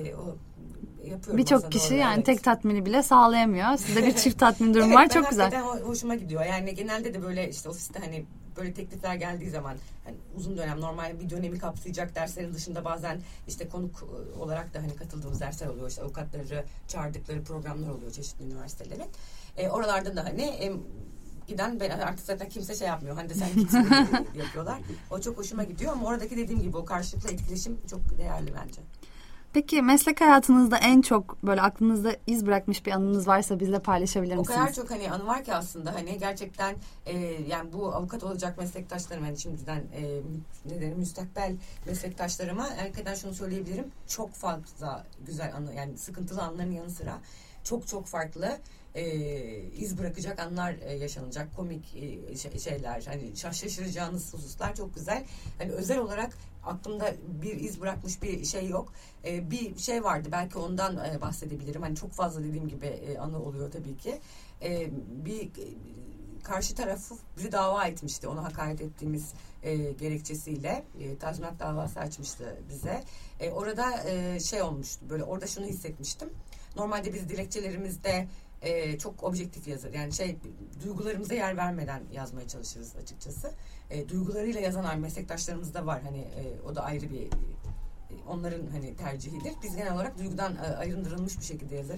Birçok kişi yani tek tatmini bile sağlayamıyor. Sizde bir çift tatmin durumu var. Çok güzel. Hakikaten hoşuma gidiyor. Yani genelde de böyle işte ofiste hani böyle teklifler geldiği zaman hani uzun dönem normal bir dönemi kapsayacak derslerin dışında bazen işte konuk olarak da hani katıldığımız dersler oluyor. İşte avukatları çağırdıkları programlar oluyor çeşitli üniversitelerin. Oralarda da hani giden ben artık zaten kimse yapmıyor. Hani de sen gitsin yapıyorlar. O çok hoşuma gidiyor ama oradaki dediğim gibi o karşılıklı etkileşim çok değerli bence. Peki meslek hayatınızda en çok böyle aklınızda iz bırakmış bir anınız varsa bizle paylaşabilir misiniz? O kadar çok hani anı var ki aslında hani gerçekten yani bu avukat olacak meslektaşlarım hani şimdiden müstakbel meslektaşlarıma hakikaten şunu söyleyebilirim. Çok fazla güzel anı yani sıkıntılı anların yanı sıra çok farklı iz bırakacak anlar yaşanacak komik şeyler hani şaşıracağınız hususlar çok güzel. Hani özel olarak aklımda bir iz bırakmış bir şey yok. Bir şey vardı belki ondan bahsedebilirim. Hani çok fazla dediğim gibi anı oluyor tabii ki. Bir karşı tarafı bizi dava etmişti. Ona hakaret ettiğimiz gerekçesiyle tazminat davası açmıştı bize. Orada olmuştu. Böyle orada şunu hissetmiştim. Normalde biz dilekçelerimizde çok objektif yazar. Yani duygularımıza yer vermeden yazmaya çalışırız açıkçası. Duygularıyla yazan meslektaşlarımız da var. Hani o da ayrı bir onların hani tercihidir. Biz genel olarak duygudan arındırılmış bir şekilde yazarız.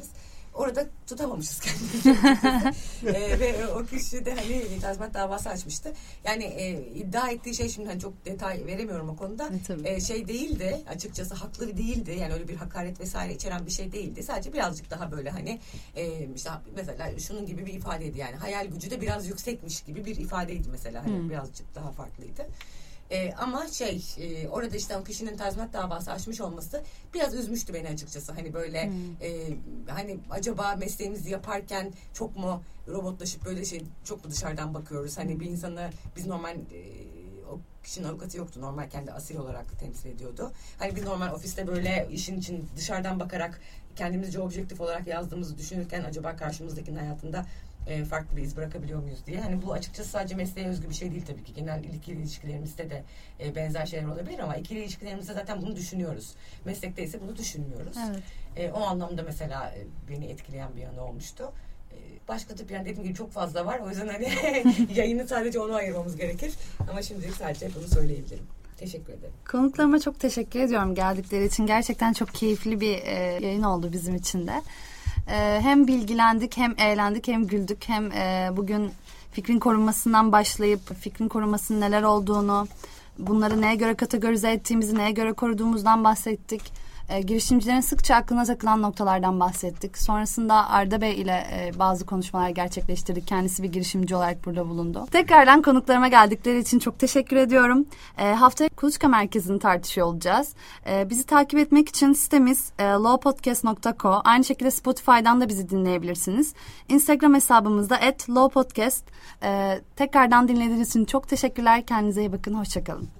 orada tutamamışız kendimizi. Ve o kişi de hani tazminat davası açmıştı. Yani iddia ettiği şey, şimdi hani çok detay veremiyorum o konuda. Şey değildi açıkçası, haklı değildi. Yani öyle bir hakaret vesaire içeren bir şey değildi. Sadece birazcık daha böyle hani işte mesela şunun gibi bir ifadeydi, yani hayal gücü de biraz yüksekmiş gibi bir ifadeydi mesela. Hani birazcık daha farklıydı. Ama orada işte o kişinin tazminat davası açmış olması biraz üzmüştü beni açıkçası. Hani böyle hani acaba mesleğimizi yaparken çok mu robotlaşıp böyle çok mu dışarıdan bakıyoruz? Hani bir insanı biz normal o kişinin avukatı yoktu. Normal kendi asil olarak temsil ediyordu. Hani biz normal ofiste böyle işin için dışarıdan bakarak kendimizce objektif olarak yazdığımızı düşünürken acaba karşımızdakinin hayatında farklı bir iz bırakabiliyor muyuz diye. Hani bu açıkçası sadece mesleğe özgü bir şey değil tabii ki. Genel ikili ilişkilerimizde de benzer şeyler olabilir ama ikili ilişkilerimizde zaten bunu düşünüyoruz. Meslekte ise bunu düşünmüyoruz. Evet. O anlamda mesela beni etkileyen bir yanı olmuştu. Başka tabii yani dediğim gibi çok fazla var. O yüzden hani yayını sadece ona ayırmamız gerekir. Ama şimdilik sadece bunu söyleyebilirim. Teşekkür ederim. Konuklarıma çok teşekkür ediyorum geldikleri için. Gerçekten çok keyifli bir yayın oldu bizim için de. Hem bilgilendik, hem eğlendik, hem güldük, hem bugün fikrin korunmasından başlayıp fikrin korunmasının neler olduğunu, bunları neye göre kategorize ettiğimizi, neye göre koruduğumuzdan bahsettik. Girişimcilerin sıkça aklına takılan noktalardan bahsettik. Sonrasında Arda Bey ile bazı konuşmalar gerçekleştirdik. Kendisi bir girişimci olarak burada bulundu. Tekrardan konuklarıma geldikleri için çok teşekkür ediyorum. Haftaya Kuluçka Merkezi'ni tartışıyor olacağız. Bizi takip etmek için sitemiz lawpodcast.co. Aynı şekilde Spotify'dan da bizi dinleyebilirsiniz. Instagram hesabımızda @lawpodcast. Tekrardan dinlediğiniz için çok teşekkürler. Kendinize iyi bakın. Hoşçakalın.